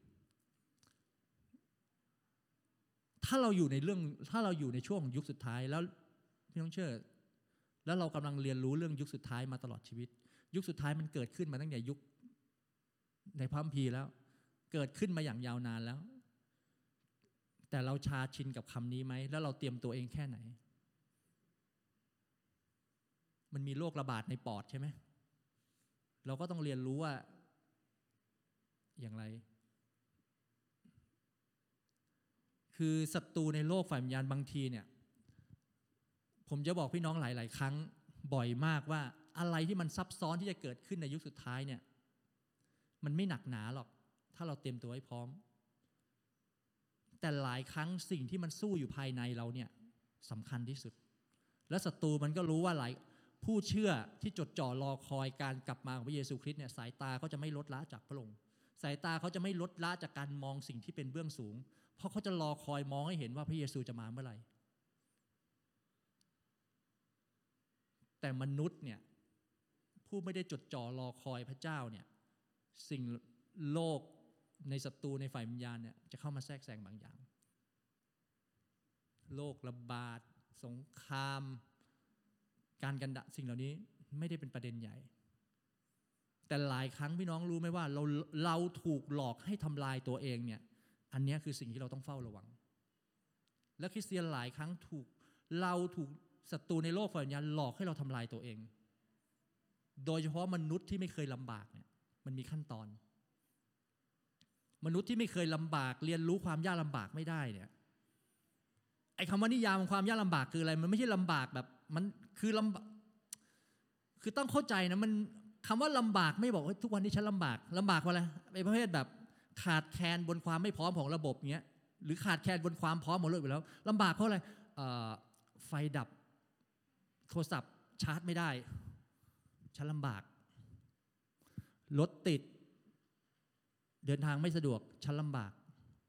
ถ้าเราอยู่ในช่วงของยุคสุดท้ายแล้วพี่น้องเชื่อแล้วเรากำลังเรียนรู้เรื่องยุคสุดท้ายมาตลอดชีวิตยุคสุดท้ายมันเกิดขึ้นมาตั้งแต่ยุคในพระคัมภีร์แล้วเกิดขึ้นมาอย่างยาวนานแล้วแต่เราชาชินกับคำนี้ไหมแล้วเราเตรียมตัวเองแค่ไหนมันมีโรคระบาดในปอดใช่ไหมเราก็ต้องเรียนรู้ว่าอย่างไรคือศัตรูในโลกฝ่ายวิญญาณบางทีเนี่ยผมจะบอกพี่น้องหลายๆครั้งบ่อยมากว่าอะไรที่มันซับซ้อนที่จะเกิดขึ้นในยุคสุดท้ายเนี่ยมันไม่หนักหนาหรอกถ้าเราเตรียมตัวให้พร้อมแต่หลายครั้งสิ่งที่มันสู้อยู่ภายในเราเนี่ยสำคัญที่สุดและศัตรูมันก็รู้ว่าหลายผู้เชื่อที่จดจ่อรอคอยการกลับมาของพระเยซูคริสต์เนี่ยสายตาเขาจะไม่ลดละจากพระองค์สายตาเขาจะไม่ลดละจากการมองสิ่งที่เป็นเบื้องสูงเพราะเขาจะรอคอยมองให้เห็นว่าพระเยซูจะมาเมื่อไหร่แต่มนุษย์เนี่ยผู้ไม่ได้จดจ่อรอคอยพระเจ้าเนี่ยสิ่งโลกในศัตรูในฝ่ายวิญญาณเนี่ยจะเข้ามาแทรกแซงบางอย่างโรคระบาดสงครามการกันดารสิ่งเหล่านี้ไม่ได้เป็นประเด็นใหญ่แต่หลายครั้งพี่น้องรู้ไหมว่าเราถูกหลอกให้ทำลายตัวเองเนี่ยอันนี้คือสิ่งที่เราต้องเฝ้าระวังและคริสเตียนหลายครั้งถูกศัตรูในโลกฝ่ายวิญญาณหลอกให้เราทำลายตัวเองโดยเฉพาะมนุษย์ที่ไม่เคยลำบากเนี่ยมันมีขั้นตอนมนุษย์ที่ไม่เคยลำบากเรียนรู้ความยากลำบากไม่ได้เนี่ยไอ้คำว่านิยามของความยากลำบากคืออะไรมันไม่ใช่ลำบากแบบมันคือลำบากคือต้องเข้าใจนะมันคำว่าลำบากไม่บอกว่าทุกวันนี้ฉันลำบากเพราะอะไรไอ้ประเภทแบบขาดแคลนบนความไม่พร้อมของระบบเงี้ยหรือขาดแคลนบนความพร้อมของระบบอยู่แล้วลำบากเพราะอะไรไฟดับโทรศัพท์ชาร์จไม่ได้ฉันลำบากรถติดเดินทางไม่สะดวกฉันลำบาก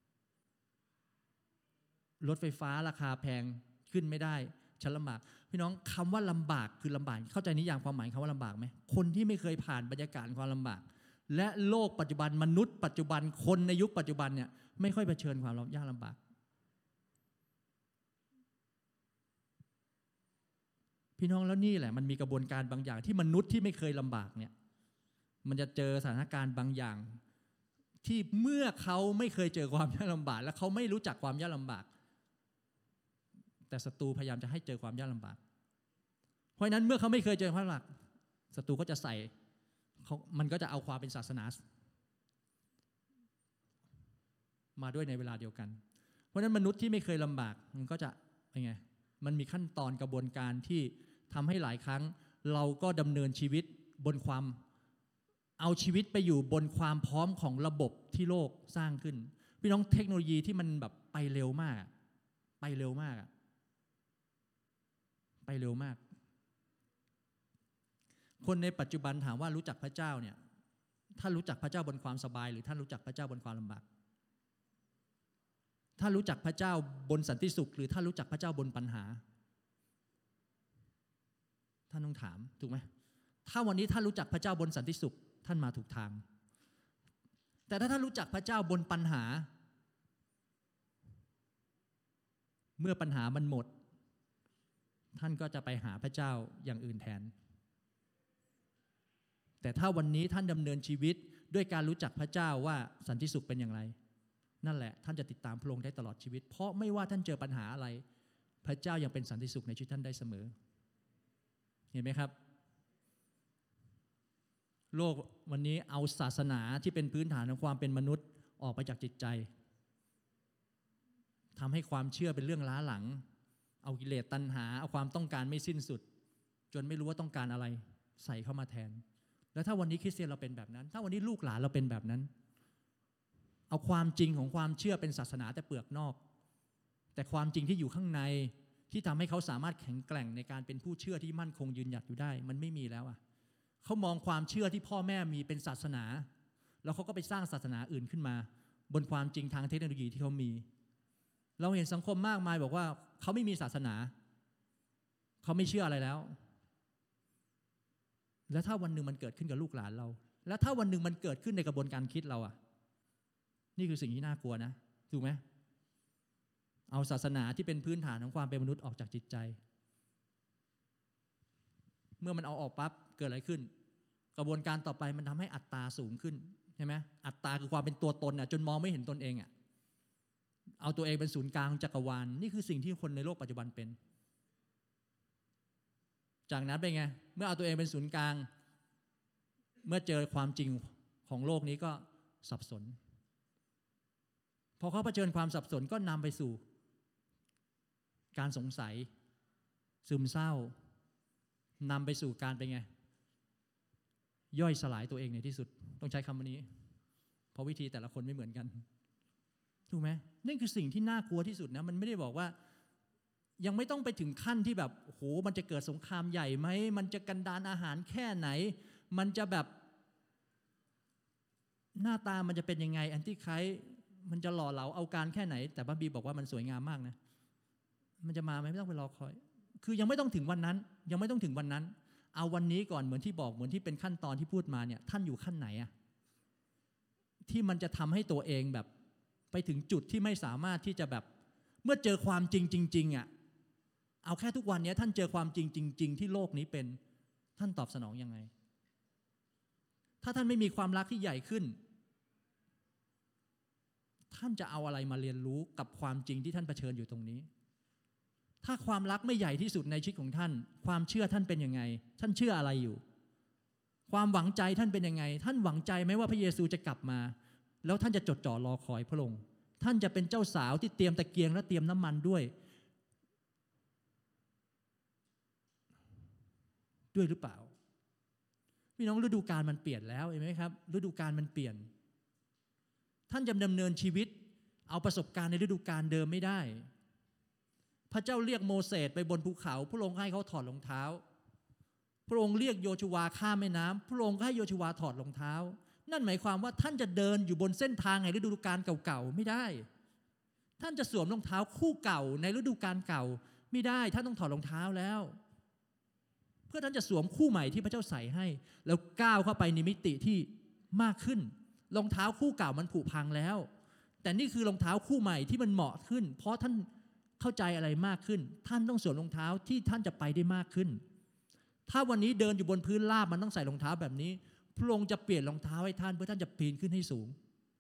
รถไฟฟ้าราคาแพงขึ้นไม่ได้ฉันลำบากพี่น้องคำว่าลำบากคือลำบากเข้าใจนิยามความหมายคำว่าลำบากไหมคนที่ไม่เคยผ่านบรรยากาศความลำบากและโลกปัจจุบันมนุษย์ปัจจุบันคนในยุคปัจจุบันเนี่ยไม่ค่อยเผชิญความยากลำบากพี่น้องแล้วนี่แหละมันมีกระบวนการบางอย่างที่มนุษย์ที่ไม่เคยลำบากเนี่ยมันจะเจอสถานการณ์บางอย่างที่เมื่อเขาไม่เคยเจอความยากลำบากและเขาไม่รู้จักความยากลำบากแต่ศัตรูพยายามจะให้เจอความยากลำบากเพราะฉะนั้นเมื่อเขาไม่เคยเจอความยากลำบากศัตรูก็จะใส่มันก็จะเอาความเป็นศาสนามาด้วยในเวลาเดียวกันเพราะฉะนั้นมนุษย์ที่ไม่เคยลำบากมันก็จะเป็นไงมันมีขั้นตอนกระบวนการที่ทำให้หลายครั้งเราก็ดำเนินชีวิตบนความเอาชีวิตไปอยู่บนความพร้อมของระบบที่โลกสร้างขึ้นพี่น้องเทคโนโลยีที่มันแบบไปเร็วมากคนในปัจจุบันถามว่ารู้จักพระเจ้าเนี่ยท่านรู้จักพระเจ้าบนความสบายหรือท่านรู้จักพระเจ้าบนความลำบากท่านรู้จักพระเจ้าบนสันติสุขหรือท่านรู้จักพระเจ้าบนปัญหาท่านต้องถามถูกไหมถ้าวันนี้ท่านรู้จักพระเจ้าบนสันติสุขท่านมาถูกทางแต่ถ้าท่านรู้จักพระเจ้าบนปัญหาเมื่อปัญหามันหมดท่านก็จะไปหาพระเจ้าอย่างอื่นแทนแต่ถ้าวันนี้ท่านดำเนินชีวิตด้วยการรู้จักพระเจ้าว่าสันติสุขเป็นอย่างไรนั่นแหละท่านจะติดตามพระองค์ได้ตลอดชีวิตเพราะไม่ว่าท่านเจอปัญหาอะไรพระเจ้ายังเป็นสันติสุขในชีวิตท่านได้เสมอเห็นไหมครับโลกวันนี้เอาศาสนาที่เป็นพื้นฐานของความเป็นมนุษย์ออกไปจากจิตใจทำให้ความเชื่อเป็นเรื่องล้าหลังเอากิเลสตัณหาเอาความต้องการไม่สิ้นสุดจนไม่รู้ว่าต้องการอะไรใส่เข้ามาแทนแล้วถ้าวันนี้คริสเตียนเราเป็นแบบนั้นถ้าวันนี้ลูกหลานเราเป็นแบบนั้นเอาความจริงของความเชื่อเป็นศาสนาแต่เปลือกนอกแต่ความจริงที่อยู่ข้างในที่ทำให้เขาสามารถแข็งแกร่งในการเป็นผู้เชื่อที่มั่นคงยืนหยัดอยู่ได้มันไม่มีแล้วเขามองความเชื่อที่พ่อแม่มีเป็นศาสนาแล้วเขาก็ไปสร้างศาสนาอื่นขึ้นมาบนความจริงทางเทคโนโลยีที่เขามีเราเห็นสังคมมากมายบอกว่าเขาไม่มีศาสนาเขาไม่เชื่ออะไรแล้วแล้วถ้าวันหนึ่งมันเกิดขึ้นกับลูกหลานเราแล้วถ้าวันหนึ่งมันเกิดขึ้นในกระบวนการคิดเราอ่ะนี่คือสิ่งที่น่ากลัวนะถูกไหมเอาศาสนาที่เป็นพื้นฐานของความเป็นมนุษย์ออกจากจิตใจเมื่อมันเอาออกปั๊บเกิดอะไรขึ้นกระบวนการต่อไปมันทำให้อัตราสูงขึ้นใช่ไหมอัตราคือความเป็นตัวตนอ่ะจนมองไม่เห็นตนเองอ่ะเอาตัวเองเป็นศูนย์กลางของจักรวาลนี่คือสิ่งที่คนในโลกปัจจุบันเป็นจากนั้นเป็นไงเมื่อเอาตัวเองเป็นศูนย์กลางเมื่อเจอความจริงของโลกนี้ก็สับสนพอเขาเผชิญความสับสนก็นำไปสู่การสงสัยซึมเศร้านำไปสู่การเป็นไงย่อยสลายตัวเองในที่สุดต้องใช้คำนี้เพราะวิธีแต่ละคนไม่เหมือนกันถูกไหมนั่นคือสิ่งที่น่ากลัวที่สุดนะมันไม่ได้บอกว่ายังไม่ต้องไปถึงขั้นที่แบบโอ้โหมันจะเกิดสงครามใหญ่ไหมมันจะกันดารอาหารแค่ไหนมันจะแบบหน้าตามันจะเป็นยังไงแอนติไครส์มันจะหล่อเหลาเอาการแค่ไหนแต่พระบีบอกว่ามันสวยงามมากนะมันจะมาไหมไม่ต้องไปรอคอยคือยังไม่ต้องถึงวันนั้นยังไม่ต้องถึงวันนั้นเอาวันนี้ก่อนเหมือนที่บอกเหมือนที่เป็นขั้นตอนที่พูดมาเนี่ยท่านอยู่ขั้นไหนอะที่มันจะทำให้ตัวเองแบบไปถึงจุดที่ไม่สามารถที่จะแบบเมื่อเจอความจริงจริงๆอะเอาแค่ทุกวันนี้ท่านเจอความจริงจริงๆที่โลกนี้เป็นท่านตอบสนองยังไงถ้าท่านไม่มีความรักที่ใหญ่ขึ้นท่านจะเอาอะไรมาเรียนรู้กับความจริงที่ท่านเผชิญอยู่ตรงนี้ถ้าความรักไม่ใหญ่ที่สุดในชีวิตของท่านความเชื่อท่านเป็นยังไงท่านเชื่ออะไรอยู่ความหวังใจท่านเป็นยังไงท่านหวังใจไหมว่าพระเยซูจะกลับมาแล้วท่านจะจดจ่อรอคอยพระองค์ท่านจะเป็นเจ้าสาวที่เตรียมตะเกียงและเตรียมน้ำมันด้วยหรือเปล่าพี่น้องฤดูกาลมันเปลี่ยนแล้วเห็นไหมครับฤดูกาลมันเปลี่ยนท่านจะดำเนินชีวิตเอาประสบการณ์ในฤดูกาลเดิมไม่ได้พระเจ้าเรียกโมเสสไปบนภูเขาพระองค์ให้เขาถอดรองเท้าพระองค์เรียกโยชูวาข้ามแม่น้ำพระองค์ให้โยชูวาถอดรองเท้านั่นหมายความว่าท่านจะเดินอยู่บนเส้นทางในฤดูกาลเก่าๆไม่ได้ท่านจะสวมรองเท้าคู่เก่าในฤดูกาลเก่าไม่ได้ท่านต้องถอดรองเท้าแล้วเพื่อท่านจะสวมคู่ใหม่ที่พระเจ้าใส่ให้แล้วก้าวเข้าไปในมิติที่มากขึ้นรองเท้าคู่เก่ามันผุพังแล้วแต่นี่คือรองเท้าคู่ใหม่ที่มันเหมาะขึ้นเพราะท่านเข้าใจอะไรมากขึ้นท่านต้องสวมรองเท้าที่ท่านจะไปได้มากขึ้นถ้าวันนี้เดินอยู่บนพื้นราบมันต้องใส่รองเท้าแบบนี้พระองค์จะเปลี่ยนรองเท้าให้ท่านเพื่อท่านจะปีนขึ้นให้สูง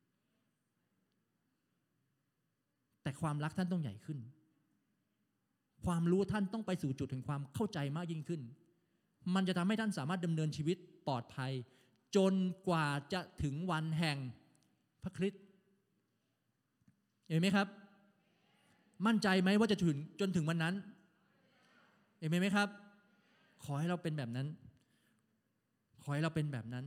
แต่ความรักท่านต้องใหญ่ขึ้นความรู้ท่านต้องไปสู่จุดแห่งความเข้าใจมากยิ่งขึ้นมันจะทำให้ท่านสามารถดำเนินชีวิตปลอดภัยจนกว่าจะถึงวันแห่งพระคริสต์เห็นไหมครับมั่นใจไหมว่าจะถึงจนถึงวันนั้นเห็นไหมครับขอให้เราเป็นแบบนั้นขอให้เราเป็นแบบนั้น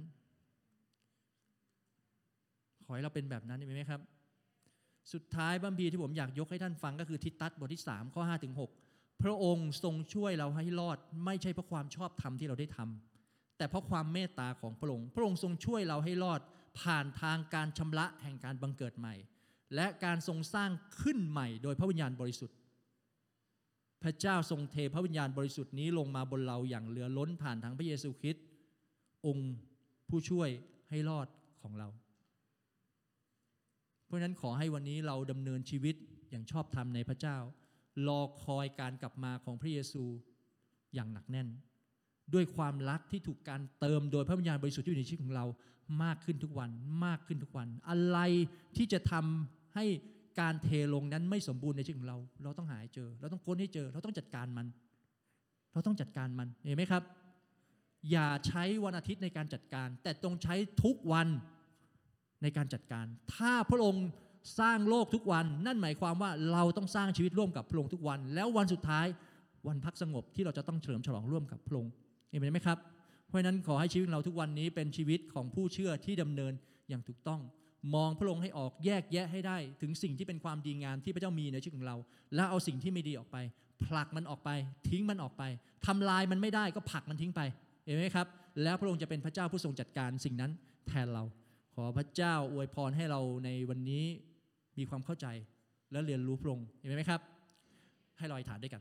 ขอให้เราเป็นแบบนั้นเห็นไหมครับสุดท้ายบัมพีที่ผมอยากยกให้ท่านฟังก็คือทิตัสบทที่3ข้อ5ถึง6พระองค์ทรงช่วยเราให้รอดไม่ใช่เพราะความชอบธรรมที่เราได้ทำแต่เพราะความเมตตาของพระองค์พระองค์ทรงช่วยเราให้รอดผ่านทางการชำระแห่งการบังเกิดใหม่และการทรงสร้างขึ้นใหม่โดยพระวิญญาณบริสุทธิ์พระเจ้าทรงเทพระวิญญาณบริสุทธิ์นี้ลงมาบนเราอย่างเหลือล้นผ่านทางพระเยซูคริสต์องค์ผู้ช่วยให้รอดของเราเพราะฉะนั้นขอให้วันนี้เราดำเนินชีวิตอย่างชอบธรรมในพระเจ้ารอคอยการกลับมาของพระเยซูอย่างหนักแน่นด้วยความรักที่ถูกการเติมโดยพระวิญญาณบริสุทธิ์อยู่ในชีวิตของเรามากขึ้นทุกวันมากขึ้นทุกวันอะไรที่จะทำให้การเทลงนั้นไม่สมบูรณ์ในชีวิตของเราเราต้องหาให้เจอเราต้องค้นให้เจอเราต้องจัดการมันเห็นไหมครับอย่าใช้วันอาทิตย์ในการจัดการแต่ต้องใช้ทุกวันในการจัดการถ้าพระองค์สร้างโลกทุกวันนั่นหมายความว่าเราต้องสร้างชีวิตร่วมกับพระองค์ทุกวันแล้ววันสุดท้ายวันพักสงบที่เราจะต้องเฉลิมฉลองร่วมกับพระองค์เห็นไหมครับเพราะฉะนั้นขอให้ชีวิตเราทุกวันนี้เป็นชีวิตของผู้เชื่อที่ดำเนินอย่างถูกต้องมองพระองค์ให้ออกแยกแยะให้ได้ถึงสิ่งที่เป็นความดีงามที่พระเจ้ามีในชีวิตของเราแล้วเอาสิ่งที่ไม่ดีออกไปผลักมันออกไปทิ้งมันออกไปทำลายมันไม่ได้ก็ผลักมันทิ้งไปเห็นไหมครับแล้วพระองค์จะเป็นพระเจ้าผู้ทรงจัดการสิ่งนั้นแทนเราขขอพระเจ้าอวยพรให้เราในวันนี้มีความเข้าใจและเรียนรู้พระองค์เห็นไหมครับให้เราอธิษฐานด้วยกัน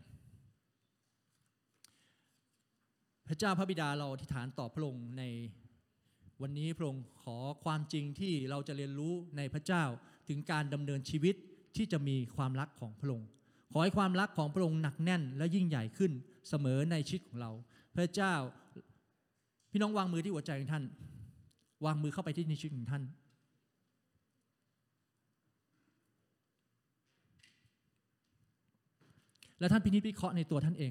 พระเจ้าพระบิดาเราอธิษฐานต่อพระองค์ในวันนี้พระองค์ขอความจริงที่เราจะเรียนรู้ในพระเจ้าถึงการดำเนินชีวิตที่จะมีความรักของพระองค์ขอให้ความรักของพระองค์หนักแน่นและยิ่งใหญ่ขึ้นเสมอในชีวิตของเราพระเจ้าพี่น้องวางมือที่หัวใจของท่านวางมือเข้าไปที่ในชีวิตของท่านและท่านพินิจพิเคราะห์ในตัวท่านเอง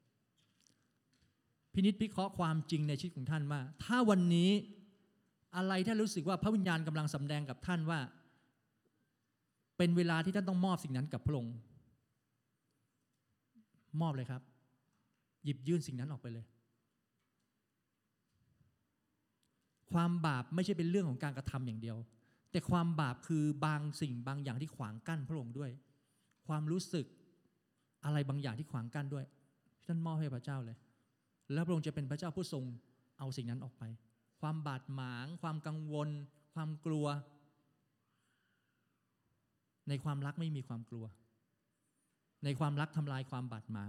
พินิจพิเคราะห์ความจริงในชีวิตของท่านว่าถ้าวันนี้อะไรท่านรู้สึกว่าพระวิญญาณกำลังสำแดงกับท่านว่าเป็นเวลาที่ท่านต้องมอบสิ่งนั้นกับพระองค์มอบเลยครับหยิบยื่นสิ่งนั้นออกไปเลยความบาปไม่ใช่เป็นเรื่องของการกระทำอย่างเดียวแต่ความบาปคือบางสิ่งบางอย่างที่ขวางกั้นพระองค์ด้วยความรู้สึกอะไรบางอย่างที่ขวางกั้นด้วยท่านมอบให้พระเจ้าเลยแล้วพระองค์จะเป็นพระเจ้าผู้ทรงเอาสิ่งนั้นออกไปความบาดหมางความกังวลความกลัวในความรักไม่มีความกลัวในความรักทำลายความบาดหมาง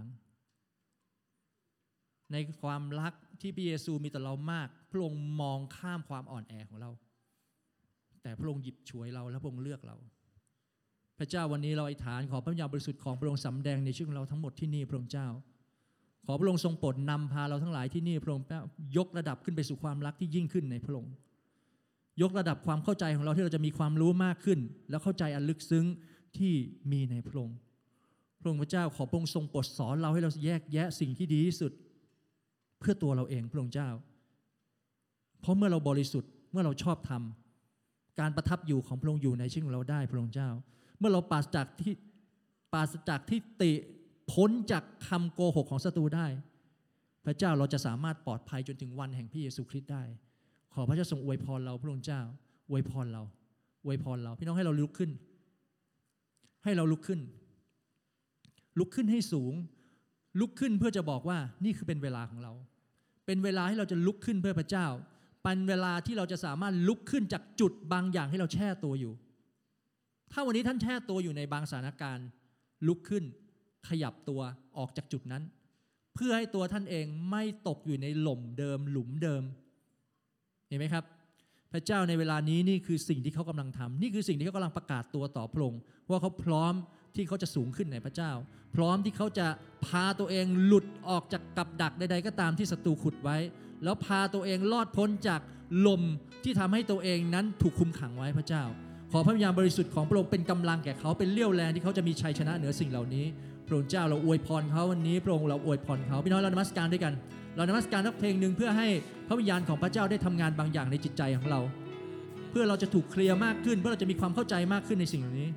ในความรักที่พระเยซูมีต่อเรามากพระองค์มองข้ามความอ่อนแอของเราแต่พระองค์หยิบฉวยเราและพระองค์เลือกเราพระเจ้าวันนี้เราอธิษฐานขอพระวิญญาณบริสุทธิ์ของพระองค์สำแดงในชีวิตของเราทั้งหมดที่นี่พระองค์เจ้าขอพระองค์ทรงโปรดนำพาเราทั้งหลายที่นี่พระองค์ยกระดับขึ้นไปสู่ความรักที่ยิ่งขึ้นในพระองค์ยกระดับความเข้าใจของเราที่เราจะมีความรู้มากขึ้นและเข้าใจอันลึกซึ้งที่มีในพระองค์พระองค์พระเจ้าขอพระองค์ทรงโปรดสอนเราให้เราแยกแยะสิ่งที่ดีที่สุดเพื่อตัวเราเองพระองค์เจ้าเพราะเมื่อเราบริสุทธิ์เมื่อเราชอบธรรมการประทับอยู่ของพระองค์อยู่ในชีวิตของเราได้พระองค์เจ้าเมื่อเราปราศจากทิฏฐิพ้นจากคำโกหกของศัตรูได้พระเจ้าเราจะสามารถปลอดภัยจนถึงวันแห่งพระเยซูคริสต์ได้ขอพระเจ้าทรงอวยพรเราพระองค์เจ้าอวยพรเราอวยพรเราพี่น้องให้เราลุกขึ้นให้เราลุกขึ้นให้สูงลุกขึ้นเพื่อจะบอกว่านี่คือเป็นเวลาของเราเป็นเวลาให้เราจะลุกขึ้นเพื่อพระเจ้าเป็นเวลาที่เราจะสามารถลุกขึ้นจากจุดบางอย่างที่เราแช่ตัวอยู่ถ้าวันนี้ท่านแช่ตัวอยู่ในบางสถานการณ์ลุกขึ้นขยับตัวออกจากจุดนั้นเพื่อให้ตัวท่านเองไม่ตกอยู่ในหล่มเดิมหลุมเดิมเห็นไหมครับพระเจ้าในเวลานี้นี่คือสิ่งที่เขากำลังทำนี่คือสิ่งที่เขากำลังประกาศตัวต่อพระองค์ว่าเขาพร้อมที่เขาจะสูงขึ้นในพระเจ้าพร้อมที่เขาจะพาตัวเองหลุดออกจากกับดักใดๆก็ตามที่ศัตรูขุดไว้แล้วพาตัวเองรอดพ้นจากลมที่ทำให้ตัวเองนั้นถูกคุมขังไว้พระเจ้าขอพระวิญญาณบริสุทธิ์ของพระองค์เป็นกำลังแก่เขาเป็นเลี้ยวแรงที่เขาจะมีชัยชนะเหนือสิ่งเหล่านี้พระองค์เจ้าเราอวยพรเขาวันนี้พระองค์เราอวยพรเขาพี่น้องเรานมัสการด้วยกันเรานมัสการนักเพลงหนึ่งเพื่อให้พระวิญญาณของพระเจ้าได้ทำงานบางอย่างในจิตใจของเราเพื่อเราจะถูกเคลียร์มากขึ้นเพื่อเราจะมีความเข้าใจมากขึ้นในสิ่งเหล่านี้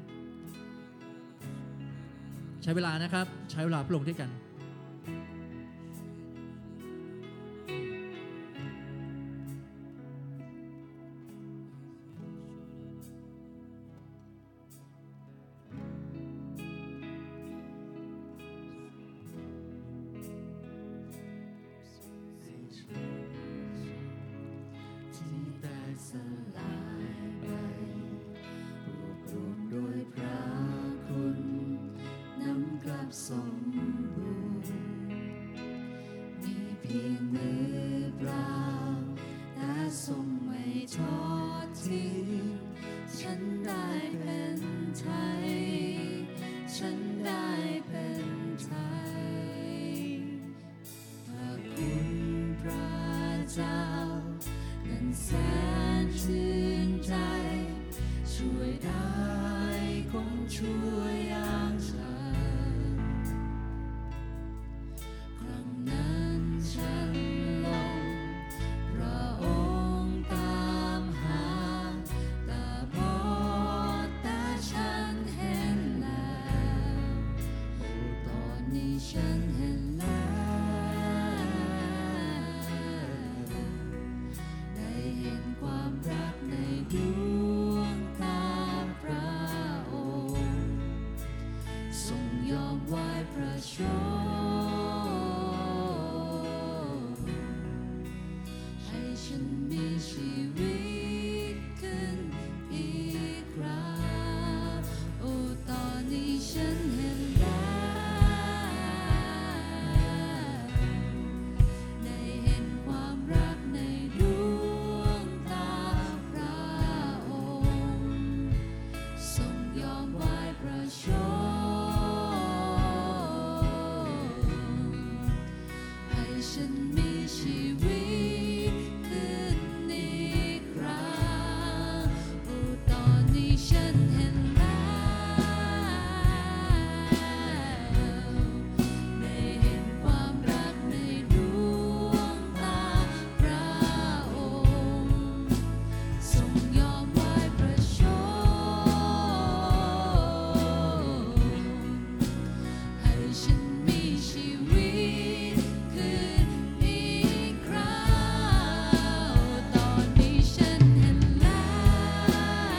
ใช้เวลานะครับใช้เวลาพระองค์ด้วยกันสลายไปรวบรวมโดยพระคุณนำกลับสมบูรณ์มีเพียงมือเปล่าแต่ทรงไม่ทอดทิ้งฉันได้เป็นไทยฉันได้เป็นไทยพระคุณพระเจ้านั้นแสนชื่นใจช่วยได้คงช่วยอย่างฉันครั้งนั้นฉันลงพระองค์ตามหาแต่พอแต่ฉันนมีชีวิตขึ้นอีกครั้งโอ้ตอนนี้ฉันเห็นได้เห็นความรักในดวงตาพระองค์ทรงยอมไว้ประชดให้ฉันมีชีวิตขึ้นอีกครั้งตอนนี้ฉันเห็นแล้ว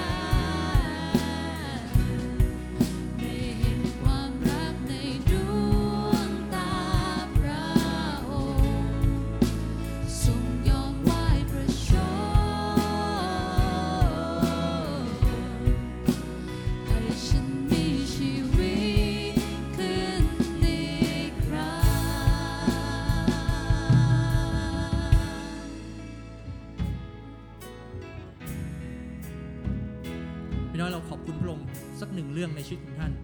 ได้เห็นความรักในดวงตาพระองค์ทรงยอมไว้ประชดให้ฉันมีชีวิตขึ้นอีกครั้งพี่น้องเราขอบคุณพระองค์สักหนึ่งเรื่องในชีวิตของท่าน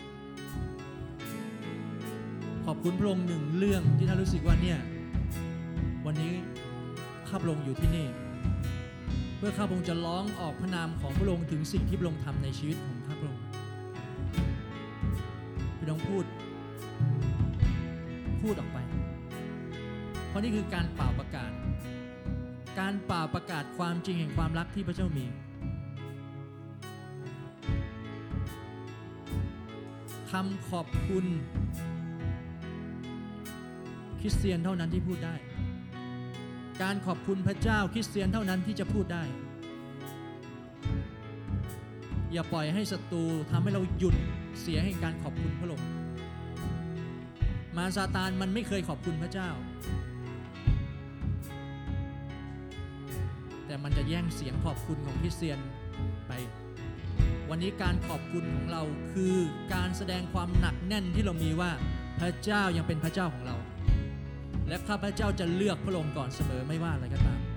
ขอบคุณพระองค์หนึ่งเรื่องที่ท่านรู้สึกว่าเนี่ยวันนี้ข้าพระองค์อยู่ที่นี่เพื่อข้าพระองค์จะร้องออกพระนามของพระองค์ถึงสิ่งที่พระองค์ทำในชีวิตของข้าพระองค์พี่น้องพูดออกไปเพราะนี่คือการเป่าประกาศความจริงแห่งความรักที่พระเจ้ามีคำขอบคุณคริสเตียนเท่านั้นที่พูดได้การขอบคุณพระเจ้าคริสเตียนเท่านั้นที่จะพูดได้อย่าปล่อยให้ศัตรูทำให้เราหยุดเสียงแห่งการขอบคุณพระองค์มารซาตานมันไม่เคยขอบคุณพระเจ้าแต่มันจะแย่งเสียงขอบคุณของคริสเตียนไปวันนี้การขอบคุณของเราคือการแสดงความหนักแน่นที่เรามีว่าพระเจ้ายังเป็นพระเจ้าของเราและข้าพระเจ้าจะเลือกพระองค์ก่อนเสมอไม่ว่าอะไรก็ตาม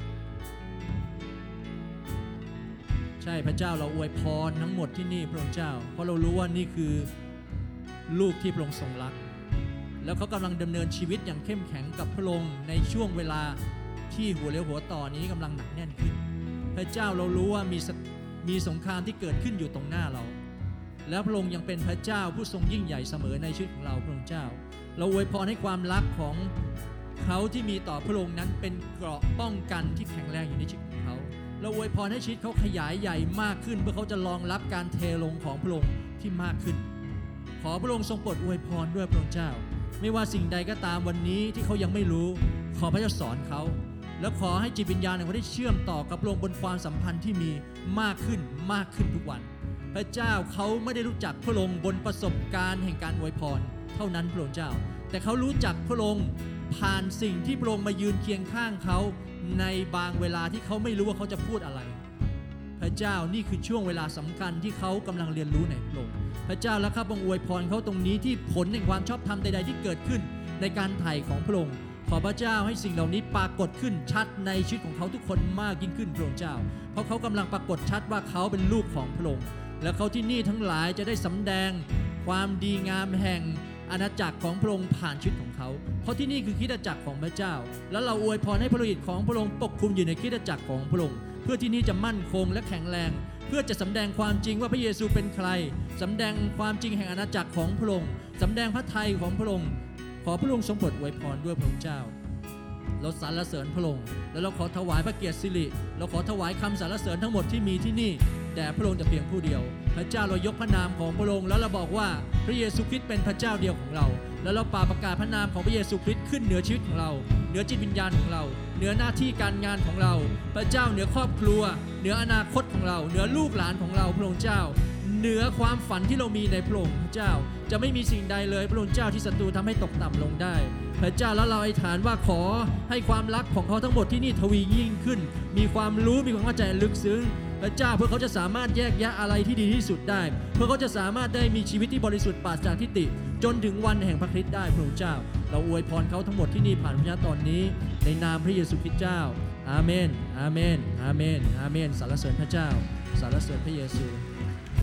ใช่พระเจ้าเราอวยพรทั้งหมดที่นี่พระองค์เจ้าเพราะเรารู้ว่านี่คือลูกที่พระองค์ทรงรักแล้วเขากำลังดำเนินชีวิตอย่างเข้มแข็งกับพระองค์ในช่วงเวลาที่หัวเลี้ยวหัวต่อนี้กำลังหนักแน่นขึ้นพระเจ้าเรารู้ว่ามีสงครามที่เกิดขึ้นอยู่ตรงหน้าเราแล้วพระองค์ยังเป็นพระเจ้าผู้ทรงยิ่งใหญ่เสมอในชีวิตของเราพระองค์เจ้าเราอวยพรให้ความรักของเขาที่มีต่อพระองค์นั้นเป็นเกราะป้องกันที่แข็งแรงอยู่ในชีวิตของเขาเราอวยพรให้ชีวิตเขาขยายใหญ่มากขึ้นเพื่อเขาจะรองรับการเทลงของพระองค์ที่มากขึ้นขอพระองค์ทรงโปรดอวยพรด้วยพระองค์เจ้าไม่ว่าสิ่งใดก็ตามวันนี้ที่เขายังไม่รู้ขอพระเจ้าสอนเขาแล้วขอให้จิตวิญญาณของเขาได้เชื่อมต่อกับพระองค์บนความสัมพันธ์ที่มีมากขึ้นทุกวันพระเจ้าเขาไม่ได้รู้จักพระองค์บนประสบการณ์แห่งการอวยพรเท่านั้นพระองค์เจ้าแต่เขารู้จักพระองค์ผ่านสิ่งที่พระองค์มายืนเคียงข้างเขาในบางเวลาที่เขาไม่รู้ว่าเขาจะพูดอะไรพระเจ้านี่คือช่วงเวลาสำคัญที่เขากำลังเรียนรู้ในพระองค์พระเจ้าและข้าพระองค์อวยพรเขาตรงนี้ที่ผลแห่งความชอบธรรมใดๆที่เกิดขึ้นในการไถ่ของพระองค์ขอพระเจ้าให้สิ่งเหล่านี้ปรากฏขึ้นชัดในชีวิตของเขาทุกคนมากยิ่งขึ้นพระองค์เจ้าเพราะเขากำลังปรากฏชัดว่าเขาเป็นลูกของพระองค์และเขาที่นี่ทั้งหลายจะได้สำแดงความดีงามแห่งอาณาจักรของพระองค์ผ่านชีวิตของเขาเพราะที่นี่คือคริสตจักรของพระเจ้าแล้วเราอวยพรให้พระโลหิตของพระองค์ปกคลุมอยู่ในคริสตจักรของพระองค์เพื่อที่นี่จะมั่นคงและแข็งแรงเพื่อจะสำแดงความจริงว่าพระเยซูเป็นใครสำแดงความจริงแห่งอาณาจักรของพระองค์สำแดงพระทัยของพระองค์ขอพระองค์ทรงโปรดอวยพรด้วยพระองค์เจ้าเราสรรเสริญพระองค์แล้วเราขอถวายพระเกียรติสิริเราขอถวายคำสรรเสริญทั้งหมดที่มีที่นี่แต่พระองค์แต่เพียงผู้เดียวพระเจ้าเรายกพระนามของพระองค์แล้วเราบอกว่าพระเยซูคริสต์เป็นพระเจ้าเดียวของเราแล้วเราประกาศพระนามของพระเยซูคริสต์ขึ้นเหนือชีวิตของเราเหนือจิตวิญญาณของเราเหนือหน้าที่การงานของเราพระเจ้าเหนือครอบครัวเหนืออนาคตของเราเหนือลูกหลานของเราพระองค์เจ้าเหนือความฝันที่เรามีในพระองค์พระเจ้าจะไม่มีสิ่งใดเลยพระองค์เจ้าที่ศัตรูทำให้ตกต่ำลงได้พระเจ้าแล้วเราอธิษฐานว่าขอให้ความรักของเขาทั้งหมดที่นี่ทวียิ่งขึ้นมีความรู้มีความเข้าใจลึกซึ้งพระเจ้าเพื่อเขาจะสามารถแยกแยะอะไรที่ดีที่สุดได้เพื่อเขาจะสามารถได้มีชีวิตที่บริสุทธิ์ปราศจากทิฏฐิจนถึงวันแห่งพระคริสต์ได้พระองค์เจ้าเราอวยพรเขาทั้งหมดที่นี่ผ่านพระญาตอนนี้ในนามพระเยซูคริสต์เจ้าอาเมนอาเมนอาเมนอาเมนสรรเสริญพระเจ้าสรรเสริญพระเยซู